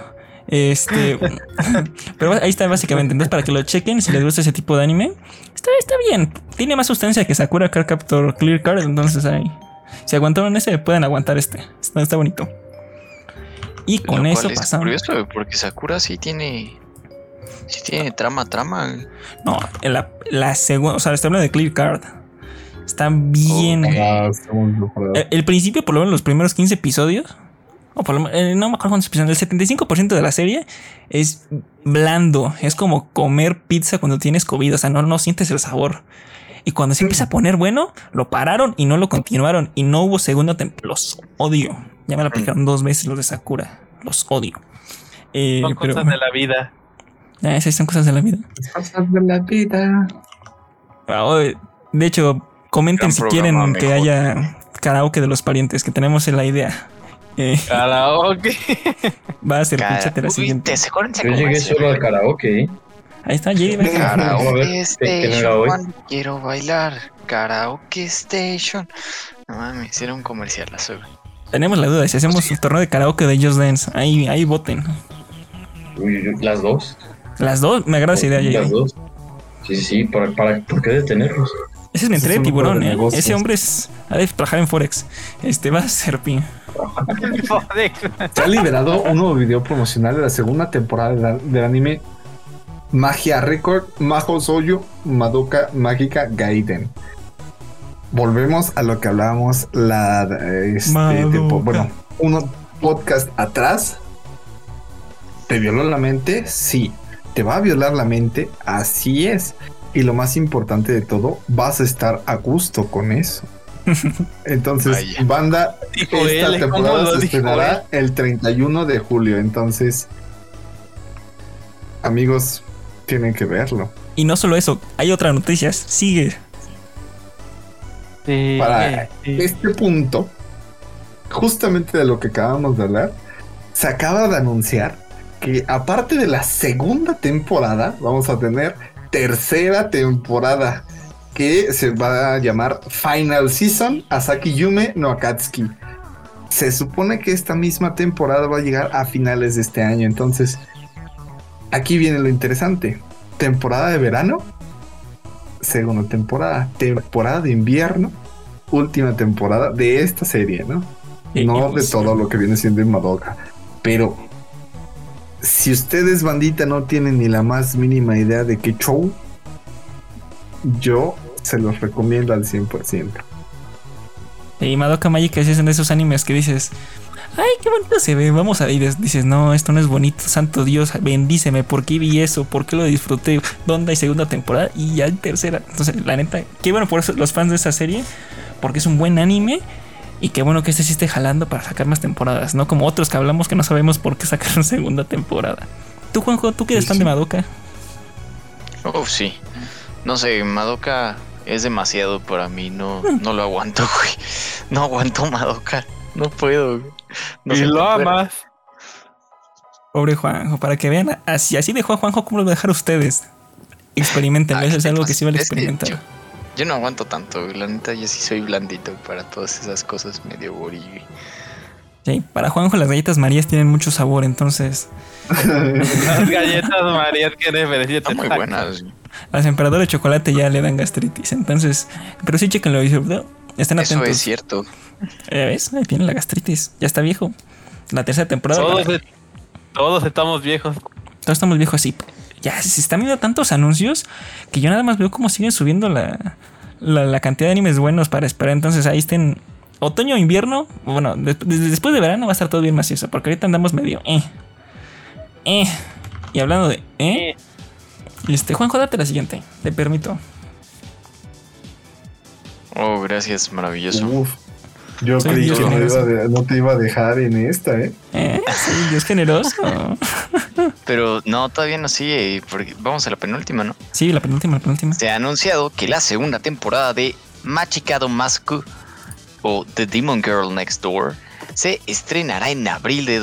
Pero ahí está básicamente. Entonces, para que lo chequen, si les gusta ese tipo de anime, está bien. Tiene más sustancia que Sakura Card Captor Clear Card, entonces ahí. Si aguantaron ese, pueden aguantar este. Está bonito. Y con eso pasamos. Es curioso, porque Sakura sí tiene trama. No, la segunda, o sea, estoy hablando de Clear Card. Está bien. El principio, por lo menos los primeros 15 episodios, o por lo menos, no me acuerdo cuántos episodios, el 75% de la serie es blando. Es como comer pizza cuando tienes COVID, o sea, no sientes el sabor. Y cuando se empieza a poner bueno, lo pararon y no lo continuaron. Y no hubo segunda temporada. Los odio. Ya me la aplicaron 2 veces los de Sakura. Los odio. Son cosas de la vida. Esas son cosas de la vida. Cosas de la vida. De hecho, comenten si quieren que haya karaoke de los parientes, que tenemos en la idea. Karaoke. Va a ser pinchate la siguiente. Yo llegué solo al karaoke. Ahí está, Jerry. Karaoke Station. Quiero bailar. Karaoke Station. No mames, era un comercial. Tenemos la duda si hacemos un torneo de karaoke de Just Dance. Ahí voten. Uy, ¿las dos? Las dos, me agrada esa idea, Jerry. Las dos. Sí, ¿por qué detenerlos? Ese es mi entrada de tiburón, Ese hombre ha de trabajar en Forex. Va a ser pin. Se ha liberado un nuevo video promocional de la segunda temporada del anime Magia Record Mahou Shoujo Madoka Mágica Gaiden. Volvemos a lo que hablábamos un podcast atrás. ¿Te violó la mente? Sí. ¿Te va a violar la mente? Así es. Y lo más importante de todo, vas a estar a gusto con eso. Entonces, banda, esta temporada se estrenará el 31 de julio. Entonces, amigos, tienen que verlo. Y no solo eso, hay otras noticias. Sigue. Para este punto, justamente de lo que acabamos de hablar, se acaba de anunciar que aparte de la segunda temporada, vamos a tener tercera temporada que se va a llamar Final Season Asaki Yume no Akatsuki. Se supone que esta misma temporada va a llegar a finales de este año. Entonces, aquí viene lo interesante. Temporada de verano, segunda temporada, temporada de invierno, última temporada de esta serie, ¿no? No de todo lo que viene siendo en Madoka. Pero si ustedes, bandita, no tienen ni la más mínima idea de qué show, yo se los recomiendo al 100%. Y Madoka Mágica es de esos animes que dices, ay, qué bonito se ve, vamos a ir. Dices, no, esto no es bonito, santo Dios, bendíceme, ¿por qué vi eso? ¿Por qué lo disfruté? ¿Dónde hay segunda temporada? Y ya hay tercera. Entonces, la neta, qué bueno por eso los fans de esa serie, porque es un buen anime. Y qué bueno que este sí esté jalando para sacar más temporadas, no como otros que hablamos que no sabemos por qué sacaron segunda temporada. Tú, Juanjo, ¿tú que eres fan de Madoka? Sí. No sé, Madoka es demasiado para mí. No lo aguanto, güey. No aguanto Madoka. No puedo. No y lo amas. Pobre Juanjo, para que vean, así dejó a Juanjo, ¿cómo lo voy a dejar a ustedes? Experimenten, eso es algo que sí vale experimentar. Yo no aguanto tanto, la neta, yo sí soy blandito para todas esas cosas medio gorí. Sí, para Juanjo las galletas Marías tienen mucho sabor, entonces. Las galletas Marías, qué referencia. Están muy buenas. Las emperadoras de chocolate ya le dan gastritis, entonces. Pero sí, chéquenlo, estén atentos. Eso es cierto. Ya ves, ahí tiene la gastritis, ya está viejo. La tercera temporada. Todos estamos viejos. Todos estamos viejos así. Ya se están viendo tantos anuncios que yo nada más veo cómo siguen subiendo la cantidad de animes buenos para esperar. Entonces ahí estén otoño o invierno, bueno, después de verano va a estar todo bien macizo, porque ahorita andamos medio Y hablando de Juanjo, date la siguiente, te permito. Oh, gracias, maravilloso. Uf, yo creí que no te iba a dejar en esta, Sí, Dios generoso. Pero no, todavía no sigue, porque vamos a la penúltima, ¿no? Sí, la penúltima. Se ha anunciado que la segunda temporada de Machikado Masku o The Demon Girl Next Door se estrenará en abril de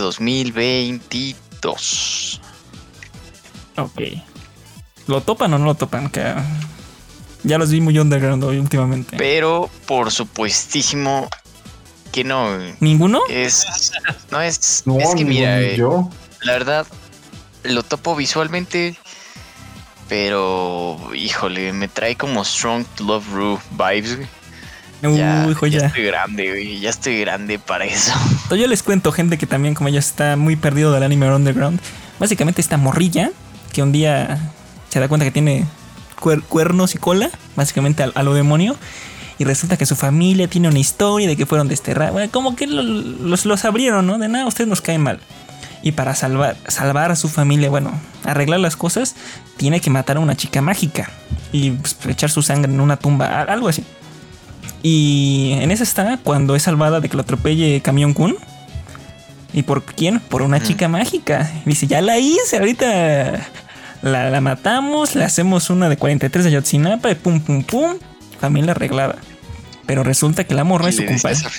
2022. Ok. ¿Lo topan o no lo topan? Que ya los vi muy underground hoy últimamente. Pero por supuestísimo que no. ¿Ninguno? Es No, que mira, yo. la verdad lo topo visualmente, pero híjole, me trae como Strong Love Ru vibes, güey. Ya estoy grande, güey. Ya estoy grande para eso. Entonces yo les cuento, gente que también como ella está muy perdido del anime underground. Básicamente esta morrilla que un día se da cuenta que tiene cuernos y cola, básicamente a lo demonio. Y resulta que su familia tiene una historia de que fueron desterrados. Bueno, como que los abrieron, ¿no? De nada, ustedes nos caen mal. Y para salvar a su familia, bueno, arreglar las cosas, tiene que matar a una chica mágica. Y pues, echar su sangre en una tumba, algo así. Y en esa está cuando es salvada de que lo atropelle Camión Kun. ¿Y por quién? Por una chica mágica. Dice, ya la hice, ahorita la matamos, le hacemos una de 43 de Ayotzinapa y pum, pum, pum. Familia arreglada. Pero resulta que la morra es su compañera.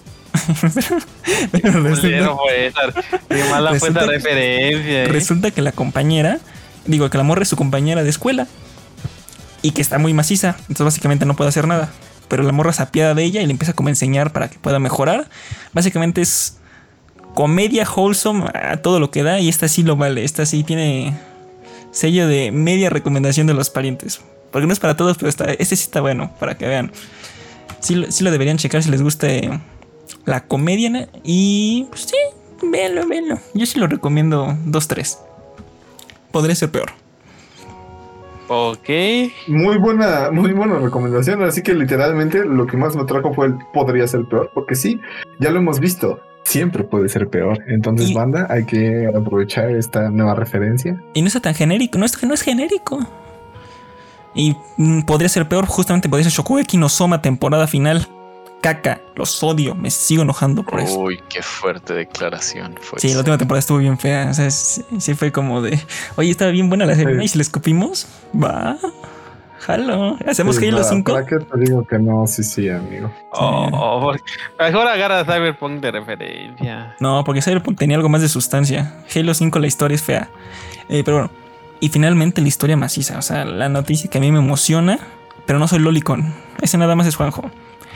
Resulta que la compañera, que la morra es su compañera de escuela y que está muy maciza, entonces básicamente no puede hacer nada. Pero la morra se apiada de ella y le empieza como a enseñar para que pueda mejorar. Básicamente es comedia wholesome a todo lo que da, y esta sí lo vale. Esta sí tiene sello de media recomendación de los parientes. Porque no es para todos, pero este sí está bueno, para que vean. Sí lo deberían checar si les gusta la comedia. Y pues, sí, véanlo. Yo sí lo recomiendo 2-3. Podría ser peor. Ok. Muy buena recomendación. Así que literalmente lo que más me atrajo fue podría ser peor. Porque sí, ya lo hemos visto. Siempre puede ser peor. Entonces, banda, hay que aprovechar esta nueva referencia. Y no está tan genérico. No es genérico. Y podría ser peor. Justamente podría ser Shokugeki no Soma temporada final. Caca, los odio, me sigo enojando por eso. Uy, qué fuerte declaración fue. Sí, la última temporada estuvo bien fea. O sea, sí fue como de, oye, estaba bien buena la serie. ¿Y si le escupimos? Va, jalo. ¿Hacemos Halo 5? ¿Para qué te digo que no? Sí, amigo. Mejor agarra Cyberpunk de referencia. No, porque Cyberpunk tenía algo más de sustancia. Halo 5, la historia es fea. Pero bueno, y finalmente la historia maciza. O sea, la noticia que a mí me emociona, pero no soy lolicon. Ese nada más es Juanjo.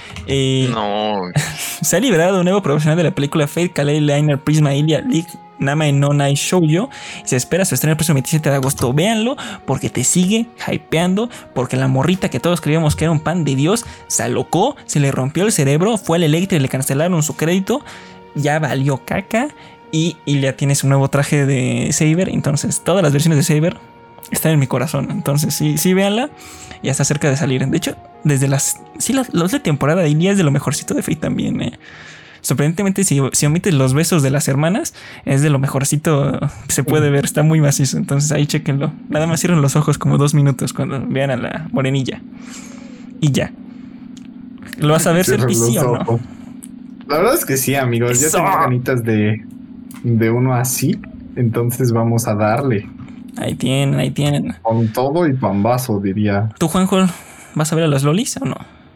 No. Se ha liberado un nuevo profesional de la película Fate Kalei Liner Prisma Ilia League Namae no Nai Shoujo. Se espera su estreno el próximo 27 de agosto. Véanlo porque te sigue hypeando. Porque la morrita que todos creíamos que era un pan de Dios se alocó, se le rompió el cerebro, fue al Electra y le cancelaron su crédito. Ya valió caca. Y ya tiene su nuevo traje de Saber. Entonces todas las versiones de Saber están en mi corazón. Entonces sí, véanla. Ya está cerca de salir. De hecho, desde la temporada de Ilia es de lo mejorcito de Fate también. Sorprendentemente, si omites los besos de las hermanas, es de lo mejorcito que se puede ver. Está muy macizo. Entonces ahí chéquenlo. Nada más cierren los ojos como 2 minutos cuando vean a la morenilla. Y ya. ¿Lo vas a ver, Serpi, sí o no? La verdad es que sí, amigos. Eso. Ya tengo ganitas de uno así. Entonces vamos a darle. Ahí tienen. Con todo y pambazo, diría. ¿Tú, Juanjo, vas a ver a las lolis o no?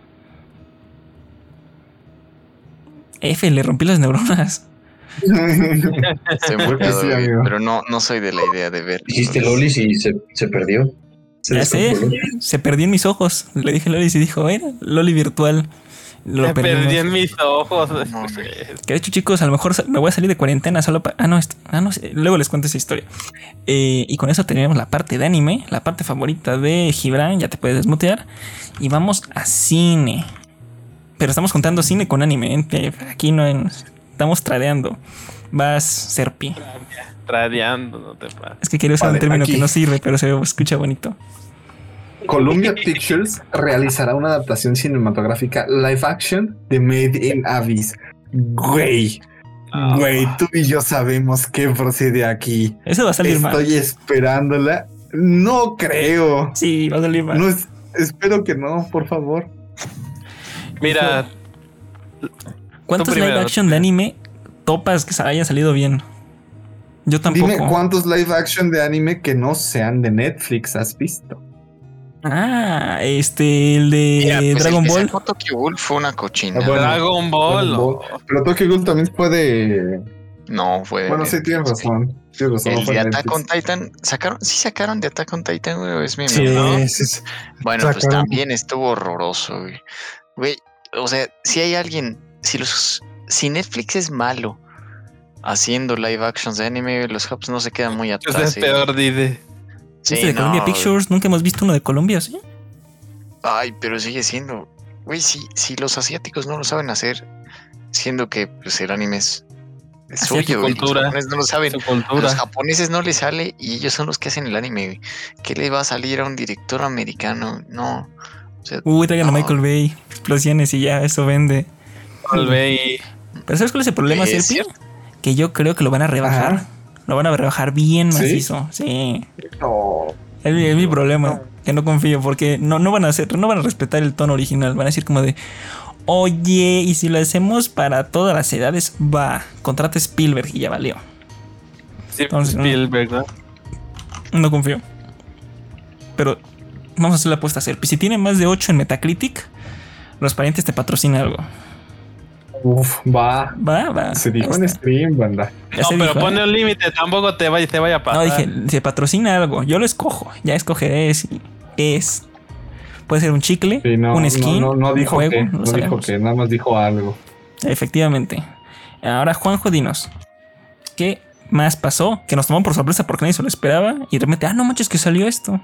Le rompí las neuronas. Se me quedó, Sí, amigo. pero no soy de la idea de ver. Hiciste lolis y se perdió. Ya sé, se perdió en mis ojos. Le dije lolis y dijo, era loli virtual. Me perdí en mis ojos. Que de hecho, chicos, a lo mejor me voy a salir de cuarentena solo para... no, luego les cuento esa historia. Y con eso terminamos la parte de anime, la parte favorita de Gibran. Ya te puedes desmutear. Y vamos a cine. Pero estamos contando cine con anime. Aquí no estamos tradeando. Vas, Serpi. Tradeando, no te pases. Es que quiero usar un término que no sirve, pero se escucha bonito. Columbia Pictures realizará una adaptación cinematográfica live action de Made in Abyss. Güey, tú y yo sabemos qué procede aquí. Eso va a salir mal. Estoy esperándola. No creo. Sí, va a salir mal. No, espero que no, por favor. Mira, ¿cuántos live action de anime topas que hayan salido bien? Yo tampoco. Dime cuántos live action de anime que no sean de Netflix has visto. El de Mira, pues Dragon el que Ball. sacó Tokyo Ghoul fue una cochina. Bueno, Dragon Ball. Pero Tokyo Ghoul también fue de... No, fue. Bueno, sí, tienes razón. Tienes razón. El no fue de de Attack Netflix. on Titan, sacaron de Attack on Titan, güey, es mi Sí, ¿no? sí. Bueno, pues sacaron. también estuvo horroroso, güey. Güey, o sea, si hay alguien, si Netflix es malo haciendo live actions de anime, los hubs no se quedan muy Eso atrás. es peor, dice. Sí, de Columbia no, Pictures. Nunca hemos visto uno de Columbia, ¿sí? Ay, pero sigue siendo. Güey, si los asiáticos no lo saben hacer, siendo que pues, el anime es suyo, güey. Los cultura. japoneses no lo saben. Su A cultura. los japoneses no les sale y ellos son los que hacen el anime, güey. ¿Qué le va a salir a un director americano? No. O sea, Traigan a no. Michael Bay. Explosiones y ya, eso vende. Volvé Pero ¿sabes cuál es el problema, Es Serpi? cierto. Que yo creo que lo van a rebajar. Ajá. Lo van a rebajar bien ¿Sí? macizo. Sí. No. Es mi problema. Que no confío. Porque no van a respetar el tono original. Van a decir como de. Oye, y si lo hacemos para todas las edades, va. Contrata a Spielberg y ya valió. Sí, Entonces, Spielberg, ¿no? No confío. Pero vamos a hacer la apuesta a Serpi. Si tiene más de 8 en Metacritic, Los Parientes te patrocina algo. Uf, va. Va. Se dijo Ahí en está. stream, banda. Ya No, se pero dijo, pone un límite, tampoco te vaya a pasar. No, dije, se patrocina algo. Yo lo escojo. Ya escogeré si es. Puede ser un chicle, Sí, no, un skin, no un dijo juego. que, no no dijo sabemos. que, nada más dijo algo. Efectivamente. Ahora, Juanjo, dinos. ¿Qué más pasó? Que nos tomó por sorpresa porque nadie se lo esperaba. Y de repente, no manches, que salió esto.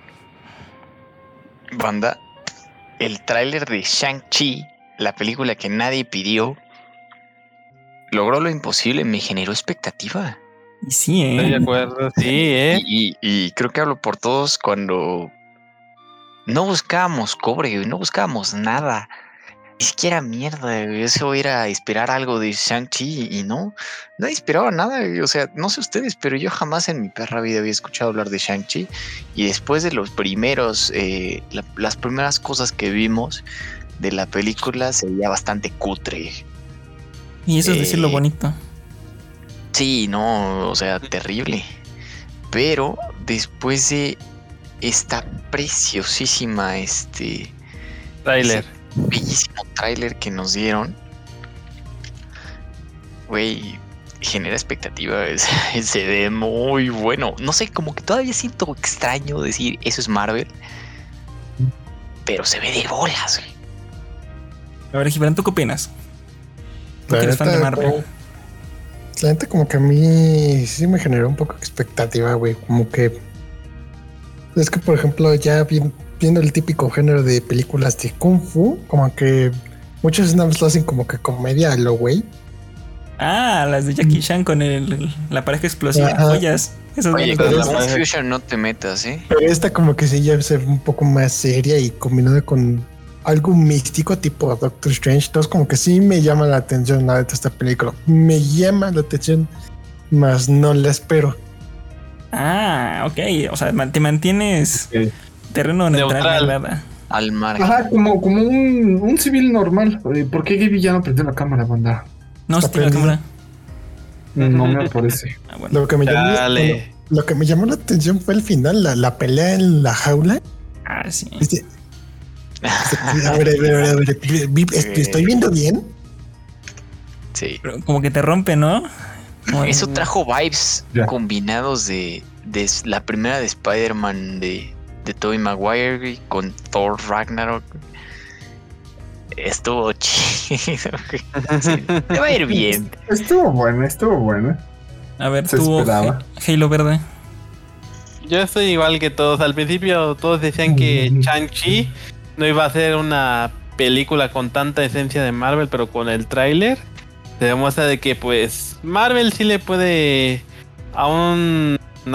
Banda, el tráiler de Shang-Chi, la película que nadie pidió, logró lo imposible, me generó expectativa. Y sí, Estoy de acuerdo, sí, Y creo que hablo por todos cuando no buscábamos cobre, güey, no buscábamos nada. Ni siquiera mierda, güey. Eso era esperar algo de Shang-Chi y no esperaba nada, güey. O sea, no sé ustedes, pero yo jamás en mi perra vida había escuchado hablar de Shang-Chi. Y después de los primeros, las primeras cosas que vimos de la película se veía bastante cutre. Y eso es decir lo bonito. Sí, no, o sea, terrible. Pero después de esta preciosísima, Trailer. bellísimo tráiler que nos dieron, güey, genera expectativa. Se ve muy bueno. No sé, como que todavía siento extraño decir eso es Marvel, pero se ve de bolas, güey. A ver, Gibran, ¿tú qué opinas? Tú La que eres fan de neta, Marvel. La neta como que a mí sí me generó un poco de expectativa, güey. Como que... Es que, por ejemplo, ya viendo el típico género de películas de Kung Fu, como que muchos nada más lo hacen como que comedia a lo güey. Las de Jackie Chan con la pareja explosiva. Ajá. Joyas. Esas Oye, buenas. con pero la es- Fusion no te metas, ¿eh? Pero esta como que sí ya se ve un poco más seria y combinada con algo místico tipo Doctor Strange. Entonces como que sí me llama la atención la de esta película. Me llama la atención, más no la espero. Ok. O sea, te mantienes Ok. terreno neutral, Neutral. ¿verdad? Al margen. Ajá, como un civil normal. ¿Por qué Gaby ya no prendió la cámara, banda? No, Está se tiene la prendido. cámara. No me aparece. Bueno. Lo que me llamó, Dale. bueno, lo que me llamó la atención fue el final, la pelea en la jaula. Sí. Dice, a ver, ¿estoy viendo bien? Sí. Pero como que te rompe, ¿no? Como de- Eso trajo vibes Ya. combinados de la primera de Spider-Man de Tobey Maguire, güey, con Thor Ragnarok. Estuvo chido, güey. Sí, te va a ir bien. Estuvo buena. A ver, Se tú, esperaba. Halo Verde. Yo estoy igual que todos. Al principio todos decían que Shang-Chi no iba a ser una película con tanta esencia de Marvel, pero con el tráiler se demuestra de que pues Marvel sí le puede aún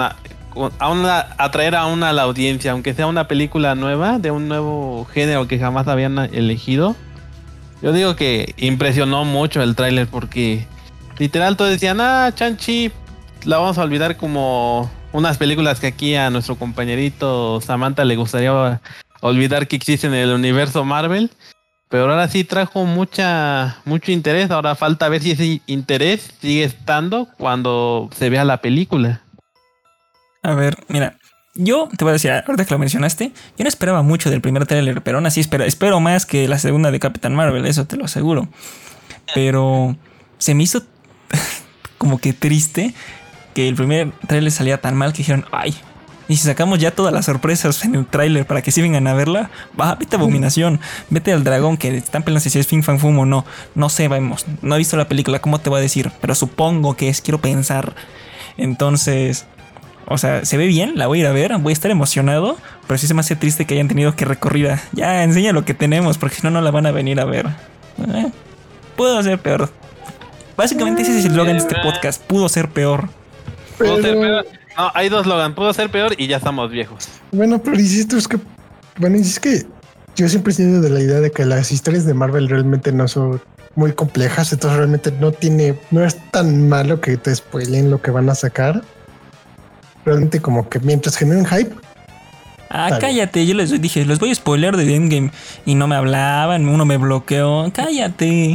atraer a la audiencia, aunque sea una película nueva, de un nuevo género que jamás habían elegido. Yo digo que impresionó mucho el tráiler porque literal todos decían, Shang-Chi la vamos a olvidar como unas películas que aquí a nuestro compañerito Samantha le gustaría olvidar que existen en el universo Marvel. Pero ahora sí trajo mucho interés. Ahora falta ver si ese interés sigue estando cuando se vea la película. A ver, mira, yo te voy a decir, ahorita que lo mencionaste, yo no esperaba mucho del primer tráiler, pero aún así espero más que la segunda de Capitán Marvel, eso te lo aseguro. Pero se me hizo como que triste que el primer tráiler salía tan mal que dijeron, ay, y si sacamos ya todas las sorpresas en el tráiler para que sí vengan a verla, vete a Abominación, vete al dragón que están peleando si es Fin Fan Fum o no. No sé, vamos, no he visto la película, ¿cómo te voy a decir? Pero supongo que quiero pensar. Entonces, o sea, se ve bien, la voy a ir a ver, voy a estar emocionado, pero sí se me hace triste que hayan tenido que recurrir ya enseña lo que tenemos, porque si no, no la van a venir a ver. Pudo ser peor. Básicamente ese es el eslogan de este podcast, pudo ser peor. Pudo ser peor. No, hay dos slogans, pudo ser peor y ya estamos viejos. Bueno, pero es que yo siempre he sido de la idea de que las historias de Marvel realmente no son muy complejas, entonces realmente no es tan malo que te spoilen lo que van a sacar. Realmente como que mientras generen hype. Cállate, yo les dije, les voy a spoiler de Endgame y no me hablaban, uno me bloqueó. Cállate.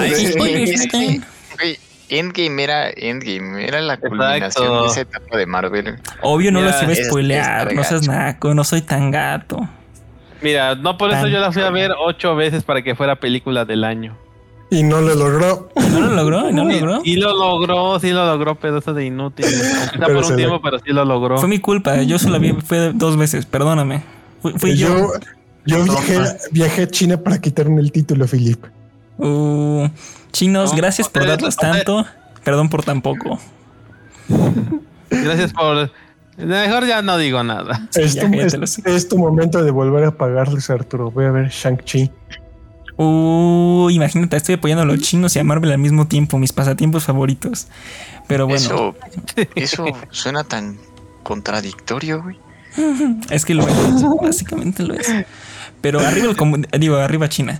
Endgame era la culminación de esa etapa de Marvel. Obvio no los iba a spoilear, no seas naco, no soy tan gato. Mira, no por eso yo la fui a ver 8 veces para que fuera película del año. Y no lo logró. ¿No lo logró? Sí lo logró, pedazo de inútil. Está por un tiempo, pero sí lo logró. Fue mi culpa, yo solo vi, fue 2 veces, perdóname. Fui yo. Yo viajé a China para quitarme el título, Philip. Chinos, gracias por darles tanto. Perdón por tan poco. Gracias por... Mejor ya no digo nada. Es tu momento de volver a pagarles, Arturo. Voy a ver Shang-Chi. Imagínate, estoy apoyando a los chinos y a Marvel al mismo tiempo, mis pasatiempos favoritos. Pero bueno. Eso suena tan contradictorio, güey. Es que lo es, básicamente lo es. Pero arriba China.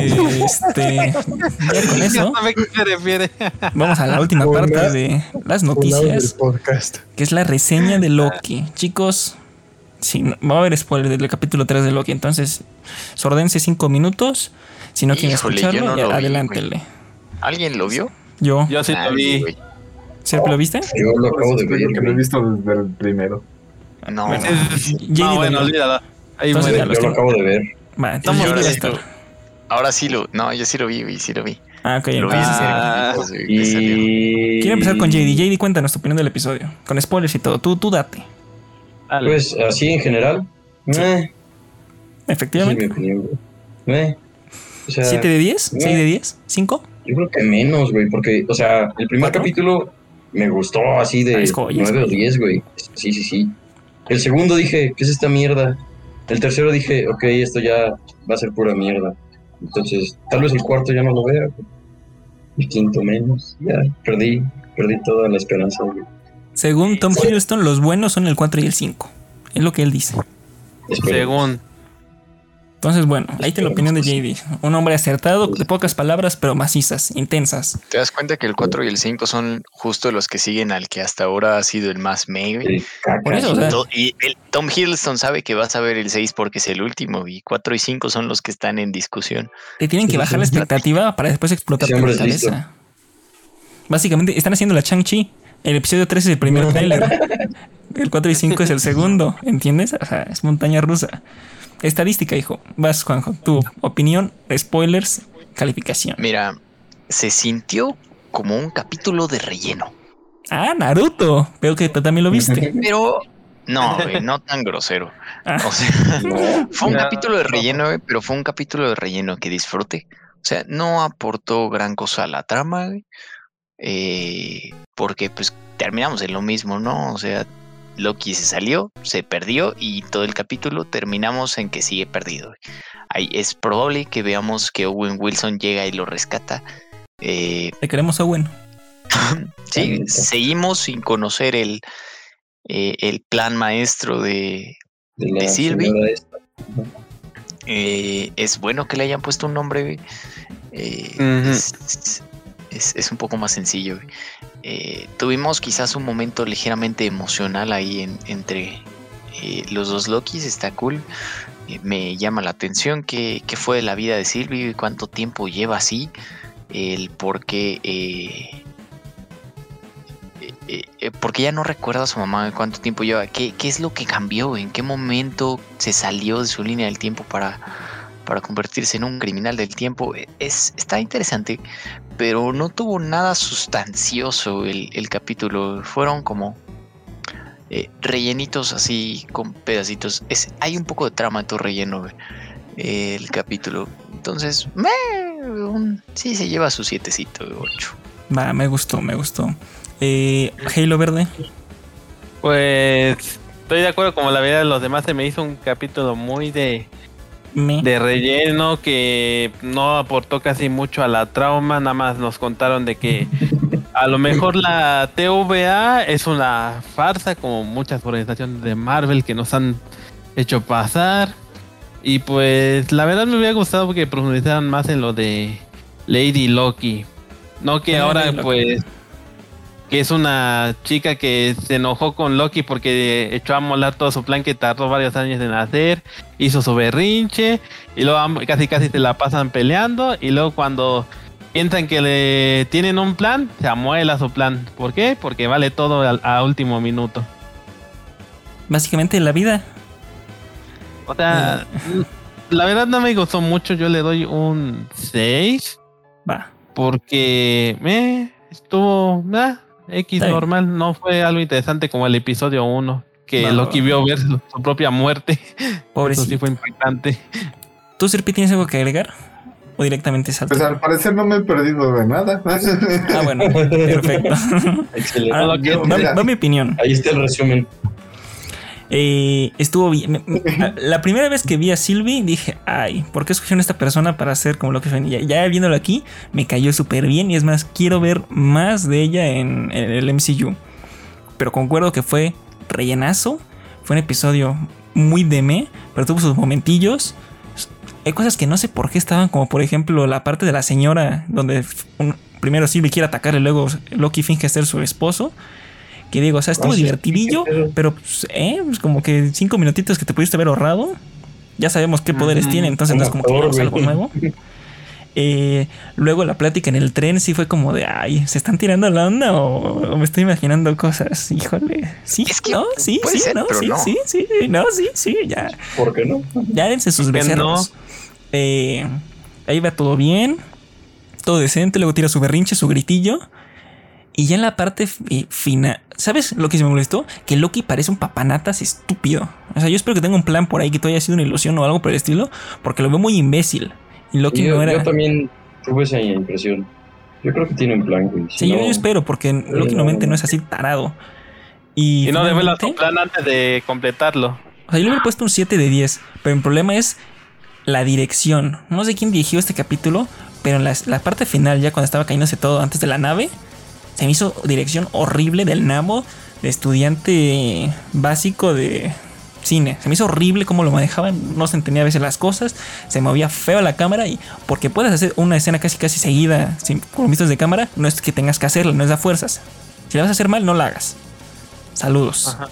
Ya con eso vamos a la última parte de las noticias, que es la reseña de Loki. Chicos, sí, va a haber spoiler del capítulo 3 de Loki, entonces sordense 5 minutos. Si no quieren escucharlo, adelántele. ¿Alguien lo vio? Yo sí lo vi. ¿Sergio lo viste? Yo lo acabo de ver. Que lo he visto desde el primero. No, bueno, olvídalo. Yo lo acabo de ver. Va, ahora sí yo sí lo vi, ok, lo entonces Y... quiero empezar con JD. JD, cuéntanos tu opinión del episodio, con spoilers y todo. Tú date. Pues así en general. Efectivamente. Es mi opinión, güey. O sea, ¿7 de 10? ¿6 de 10? ¿5? Yo creo que menos, güey, porque, o sea, el primer capítulo me gustó así de 9 o 10, güey. Sí. El segundo dije, ¿qué es esta mierda? El tercero dije, ok, esto ya va a ser pura mierda. Entonces, tal vez el cuarto ya no lo vea. El quinto menos. Ya, perdí toda la esperanza, güey. Según Tom Hiddleston, los buenos son el 4 y el 5. Es lo que él dice. Según. Entonces, bueno, ahí está la opinión de JD. Un hombre acertado, de pocas palabras, pero macizas, intensas. ¿Te das cuenta que el 4 y el 5 son justo los que siguen al que hasta ahora ha sido el más mega? Por eso, o sea, y Tom Hiddleston sabe que vas a ver el 6 porque es el último, y 4 y 5 son los que están en discusión. Te tienen que bajar la expectativa para después explotar tu cabeza. Básicamente, están haciendo la Shang-Chi. El episodio 3 es el primer tráiler. El 4 y 5 es el segundo, ¿entiendes? O sea, es montaña rusa. Estadística, hijo. Vas, Juanjo. Tu opinión, spoilers, calificación. Mira, se sintió como un capítulo de relleno. Naruto. Veo que tú también lo viste. Pero no, no tan grosero. O sea, fue un capítulo de relleno, pero fue un capítulo de relleno que disfruté. O sea, no aportó gran cosa a la trama, porque pues terminamos en lo mismo, ¿no? O sea, Loki se salió, se perdió y todo el capítulo terminamos en que sigue perdido. Ahí es probable que veamos que Owen Wilson llega y lo rescata. Te queremos, Owen. Sí, seguimos sin conocer el plan maestro de la Sylvie. señora esta. Es bueno que le hayan puesto un nombre, güey. Es un poco más sencillo, güey. Tuvimos quizás un momento ligeramente emocional ahí entre los dos Lokis, está cool. Me llama la atención qué fue de la vida de Sylvie y cuánto tiempo lleva así, el por qué porque ya no recuerda a su mamá cuánto tiempo lleva, qué es lo que cambió, en qué momento se salió de su línea del tiempo para convertirse en un criminal del tiempo. Está interesante, pero no tuvo nada sustancioso el capítulo. Fueron como rellenitos así con pedacitos. Hay un poco de trama en todo relleno, el capítulo. Entonces, sí se lleva su 7-8. Va, me gustó. Halo Verde. Pues estoy de acuerdo, como la vida de los demás, se me hizo un capítulo muy de relleno, que no aportó casi mucho a la trama. Nada más nos contaron de que a lo mejor la TVA es una farsa, como muchas organizaciones de Marvel que nos han hecho pasar. Y pues la verdad me hubiera gustado que profundizaran más en lo de Lady Loki. No que ahora pues que es una chica que se enojó con Loki porque echó a molar todo su plan que tardó varios años en hacer, hizo su berrinche y luego casi se la pasan peleando, y luego cuando piensan que le tienen un plan, se amuela su plan. ¿Por qué? Porque vale todo a último minuto. Básicamente la vida. O sea, la verdad no me gustó mucho, yo le doy un 6. Va. Porque estuvo X normal, no fue algo interesante como el episodio 1, que Loki vio ver su propia muerte. Pobrecito. Eso sí fue impactante. ¿Tú, Sirpi, tienes algo que agregar? ¿O directamente saltas? Pues al parecer no me he perdido de nada. Bueno, perfecto. Excelente. Ahora, va mi opinión. Ahí está el resumen. Estuvo bien. La primera vez que vi a Sylvie dije, ay, ¿por qué escogieron a esta persona para hacer como lo que fue? Ya viéndolo aquí, me cayó súper bien, y es más, quiero ver más de ella en el MCU. Pero concuerdo que fue rellenazo. Fue un episodio muy de pero tuvo sus momentillos. Hay cosas que no sé por qué estaban, como por ejemplo la parte de la señora, donde primero Sylvie quiere atacarle, luego Loki finge ser su esposo. Que digo, o sea, estuvo divertidillo, pero pues como que 5 minutitos que te pudiste haber ahorrado. Ya sabemos qué poderes tiene, entonces no es como que vamos a algo nuevo. Luego la plática en el tren sí fue como de, ay, ¿se están tirando la onda o me estoy imaginando cosas? Híjole. Sí, es que no, sí, puede ser, no, pero sí, ya. ¿Por qué no? Ya dense sus becerros. Ahí va todo bien, todo decente, luego tira su berrinche, su gritillo. Y ya en la parte final, ¿sabes lo que se me molestó? Que Loki parece un papanatas estúpido. O sea, yo espero que tenga un plan por ahí, que todo haya sido una ilusión o algo por el estilo, porque lo veo muy imbécil. Y Loki no era... Yo también tuve esa impresión. Yo creo que tiene un plan, güey. Sí, yo espero, porque Loki normalmente no es así tarado. Y no revela su plan antes de completarlo. O sea, yo le hubiera puesto un 7 de 10, pero el problema es la dirección. No sé quién dirigió este capítulo, pero en la parte final, ya cuando estaba cayéndose todo antes de la nave, se me hizo dirección horrible del nabo de estudiante básico de cine. Se me hizo horrible cómo lo manejaban. No se entendía a veces las cosas. Se movía feo la cámara. Y porque puedes hacer una escena casi seguida con vistas de cámara, no es que tengas que hacerla, no es a fuerzas. Si la vas a hacer mal, no la hagas. Saludos. Ajá.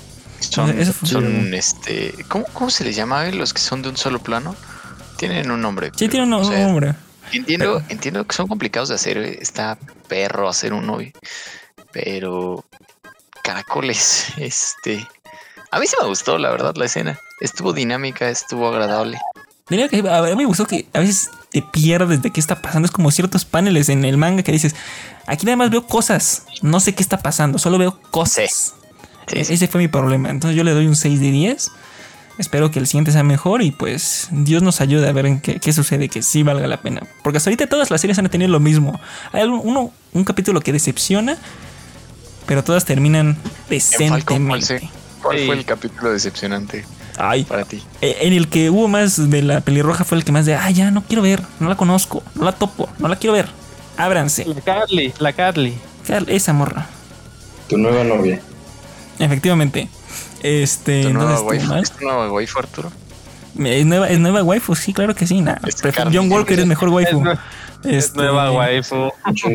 ¿Cómo se les llama los que son de un solo plano? Tienen un nombre. Sí, tienen un nombre. Entiendo que son complicados de hacer. Está perro hacer uno, pero caracoles, a mí sí me gustó, la verdad, la escena. Estuvo dinámica, estuvo agradable. Diría que a mí me gustó que a veces te pierdes de qué está pasando. Es como ciertos paneles en el manga que dices, aquí nada más veo cosas, no sé qué está pasando, solo veo cosas. Sí. Ese fue mi problema. Entonces yo le doy un 6 de 10. Espero que el siguiente sea mejor y pues Dios nos ayude a ver en qué sucede, que sí valga la pena. Porque hasta ahorita todas las series han tenido lo mismo. Hay un capítulo que decepciona, pero todas terminan decentemente. ¿Cuál fue el capítulo decepcionante para ti? En el que hubo más de la pelirroja fue el que más de, ya no quiero ver, no la conozco, no la topo, no la quiero ver. Ábranse. La Carly. Esa morra. Tu nueva novia. Efectivamente. ¿Tu nueva waifu? ¿Es tu nueva waifu, Arturo? ¿Es nueva waifu? Sí, claro que sí. Nah. John Walker es mejor waifu. Es nueva waifu.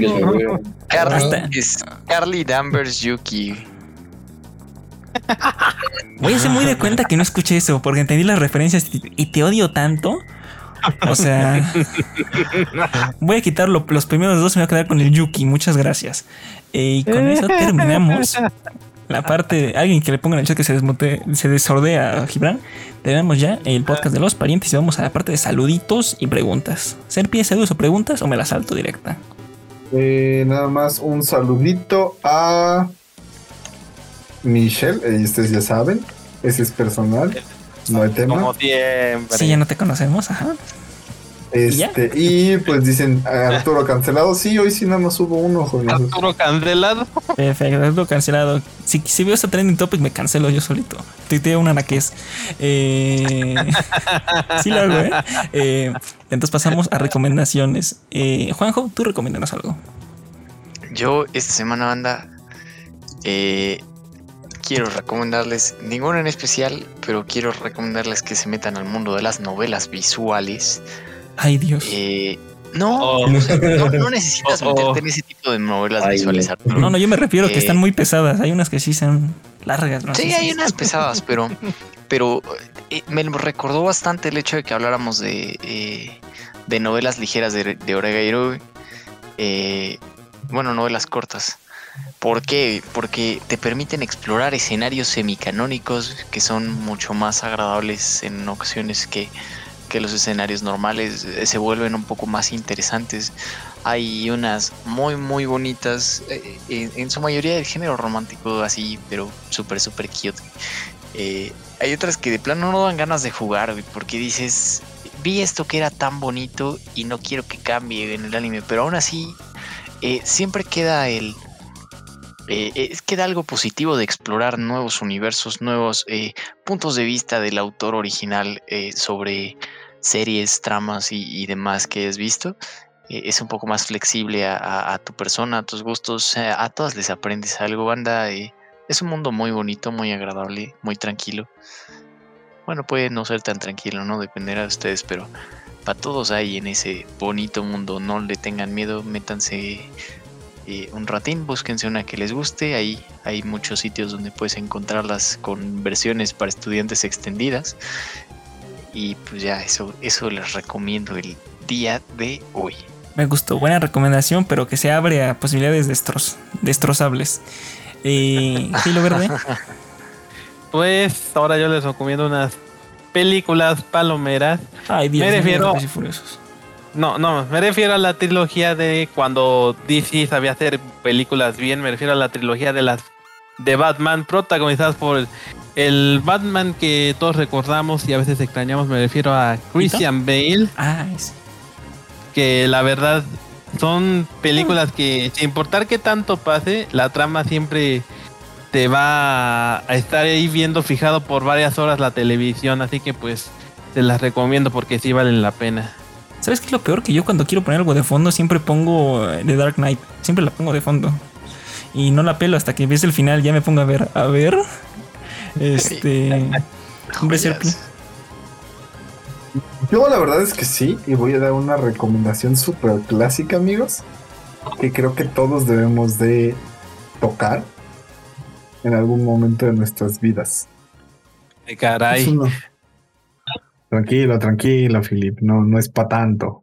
Carly Danvers Yuki. Voy a hacer muy de cuenta que no escuché eso, porque entendí las referencias y te odio tanto. O sea, voy a quitar los primeros dos y me voy a quedar con el Yuki. Muchas gracias. Y con eso terminamos la parte de alguien que le ponga en el chat que se desordea a Gibran. Tenemos ya el podcast de los parientes y vamos a la parte de saluditos y preguntas. ¿Serpi, saludos o preguntas o me la salto directa? Nada más un saludito a Michelle, ustedes ya saben, ese es personal, no hay tema. Como siempre. Sí, ya no te conocemos, ajá. Y pues dicen Arturo cancelado. Sí, hoy sí nada más hubo uno, joder. Arturo cancelado. Perfecto, Arturo cancelado. Si veo ese trending topic me cancelo yo solito. Tuiteo una anaqués. Sí lo hago, entonces pasamos a recomendaciones. Juanjo, tú recomiéndanos algo. Yo esta semana, banda, quiero recomendarles, ninguno en especial, pero quiero recomendarles que se metan al mundo de las novelas visuales. Ay, Dios. No necesitas meterte en ese tipo de novelas visuales, Arturo. No, yo me refiero a que están muy pesadas. Hay unas que sí son largas, ¿no? Sí, hay unas pesadas, pero me recordó bastante el hecho de que habláramos de novelas ligeras de Oregairu. Bueno, novelas cortas. ¿Por qué? Porque te permiten explorar escenarios semicanónicos que son mucho más agradables en ocasiones que los escenarios normales. Se vuelven un poco más interesantes. Hay unas muy muy bonitas, en su mayoría del género romántico así, pero súper cute. Hay otras que de plano no dan ganas de jugar, porque dices, vi esto que era tan bonito y no quiero que cambie en el anime, pero aún así siempre queda queda algo positivo de explorar nuevos universos, nuevos puntos de vista del autor original sobre series, tramas y demás que has visto. Es un poco más flexible a tu persona, a tus gustos. A todas les aprendes algo, banda. Es un mundo muy bonito, muy agradable, muy tranquilo. Bueno, puede no ser tan tranquilo, ¿no? Dependerá de ustedes, pero para todos hay en ese bonito mundo. No le tengan miedo, métanse un ratín, búsquense una que les guste. Ahí hay muchos sitios donde puedes encontrarlas con versiones para estudiantes extendidas. Y pues ya, eso les recomiendo el día de hoy. Me gustó, buena recomendación, pero que se abre a posibilidades destrozables. ¿Filo verde? Pues ahora yo les recomiendo unas películas palomeras. Ay, Dios, me refiero. No, me refiero a la trilogía de cuando DC sabía hacer películas bien. Me refiero a la trilogía de Batman, protagonizadas por el Batman que todos recordamos y a veces extrañamos. Me refiero a Christian Bale. Sí. Que la verdad son películas que, sin importar qué tanto pase, la trama siempre te va a estar ahí viendo fijado por varias horas la televisión. Así que pues te las recomiendo porque sí valen la pena. ¿Sabes qué es lo peor? Que yo cuando quiero poner algo de fondo siempre pongo The Dark Knight. Siempre la pongo de fondo. Y no la pelo hasta que ves el final. Ya me pongo a ver. Hombre, Serpi. Yo la verdad es que sí. Y voy a dar una recomendación súper clásica, amigos. Que creo que todos debemos de tocar en algún momento de nuestras vidas. ¡Ay, caray! Tranquilo, Philip. No es para tanto.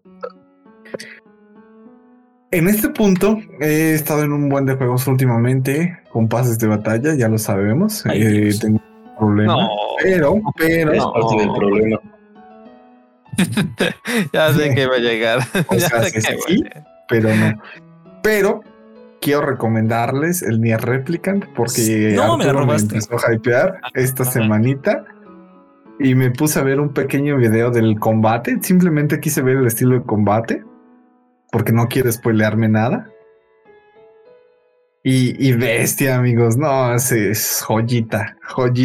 En este punto he estado en un buen de juegos últimamente con pases de batalla, ya lo sabemos. Tengo un problema. No, pero es parte del problema. Ya sé que va a llegar. O sea, sí, pero no. Pero quiero recomendarles el Nier Replicant porque Arturo me empezó a hypear esta semanita. Y me puse a ver un pequeño video del combate. Simplemente quise ver el estilo de combate. Porque no quiero spoilearme nada. Y bestia, amigos. No, es joyita.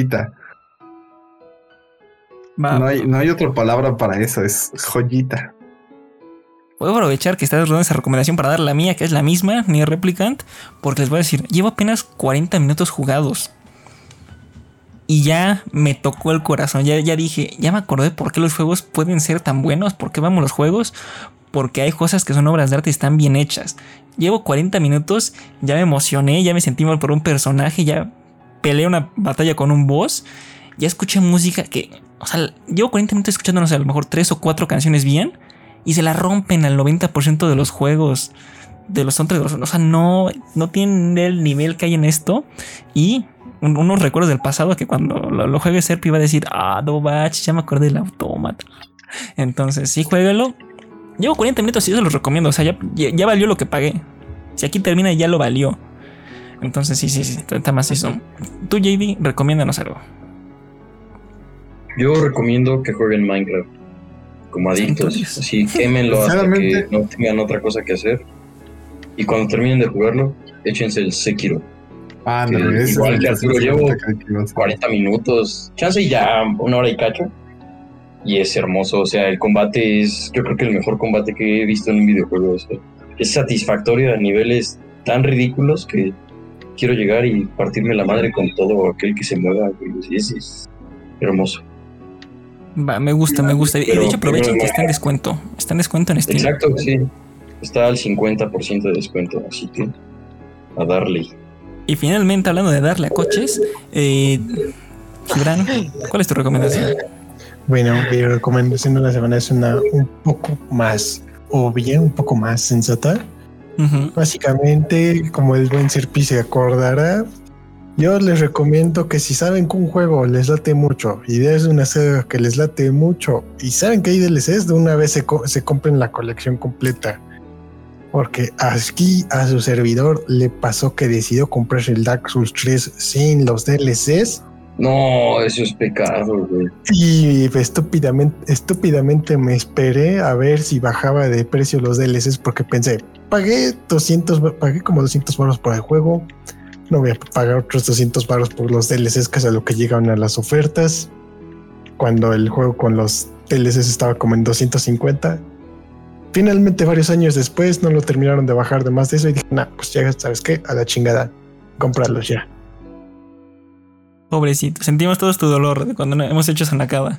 No hay otra palabra para eso. Es joyita. Puedo aprovechar que estás dando esa recomendación para dar la mía, que es la misma, Nier Replicant. Porque les voy a decir, llevo apenas 40 minutos jugados. Y ya me tocó el corazón. Ya dije, ya me acordé por qué los juegos pueden ser tan buenos. ¿Por qué vamos los juegos? Porque hay cosas que son obras de arte y están bien hechas. Llevo 40 minutos, ya me emocioné, ya me sentí mal por un personaje, ya peleé una batalla con un boss, ya escuché música que... O sea, llevo 40 minutos escuchando, no sé, a lo mejor 3 o 4 canciones bien y se la rompen al 90% de los juegos, de los soundtracks. O sea, no tienen el nivel que hay en esto. Y unos recuerdos del pasado que cuando lo juegue Serpi iba a decir, no batch, ya me acordé del autómata. Entonces, sí, juéguelo. Llevo 40 minutos y yo se los recomiendo. O sea, ya valió lo que pagué. Si aquí termina, ya lo valió. Entonces, sí, trata más eso. Tú, JD, recomiéndanos algo. Yo recomiendo que jueguen Minecraft como adictos. Así, quémenlo hasta que no tengan otra cosa que hacer. Y cuando terminen de jugarlo, échense el Sekiro. No, igual que Arturo, llevo 40 minutos. Chance ya 1 hora y cacho. Y es hermoso, o sea, el combate es, yo creo que el mejor combate que he visto en un videojuego. O sea, es satisfactorio a niveles tan ridículos que quiero llegar y partirme la madre con todo aquel que se mueva. Es hermoso. Me gusta. Y de hecho aprovechen que está en descuento. Está en descuento en Steam. Exacto, sí. Está al 50% de descuento, así que a darle. Y finalmente, hablando de darle a coches, Gibran, ¿cuál es tu recomendación? Bueno, mi recomendación de la semana es una un poco más obvia, un poco más sensata. Uh-huh. Básicamente, como el buen Serpi se acordará, yo les recomiendo que si saben que un juego les late mucho y es una saga que les late mucho y saben que hay DLCs, de una vez se compren la colección completa. Porque aquí a su servidor le pasó que decidió comprarse el Dark Souls 3 sin los DLCs. No, eso es pecado, güey. Y estúpidamente me esperé a ver si bajaba de precio los DLCs porque pensé, pagué como 200 baros por el juego. No voy a pagar otros 200 baros por los DLCs, que es a lo que llegan a las ofertas. Cuando el juego con los DLCs estaba como en 250. Finalmente, varios años después, no lo terminaron de bajar de más de eso y dije, pues ya sabes qué, a la chingada, cómpralos ya. Pobrecito, sentimos todos tu dolor de cuando hemos hecho Sanakaba.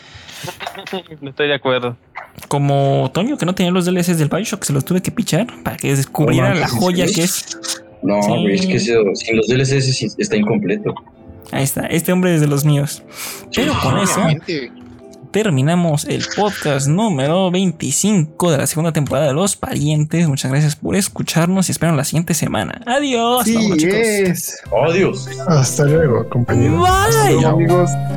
No estoy de acuerdo. Como Toño, que no tenía los DLCs del Bioshock, se los tuve que pichar para que descubriera la joya que es. No, güey, es que sin los DLCs está incompleto. Ahí está, este hombre es de los míos. Pero con eso terminamos el podcast número 25 de la segunda temporada de Los Parientes. Muchas gracias por escucharnos y espero la siguiente semana. Adiós. Sí, vámonos, chicos. Adiós. Hasta luego, compañeros. Bye. Hasta luego, amigos.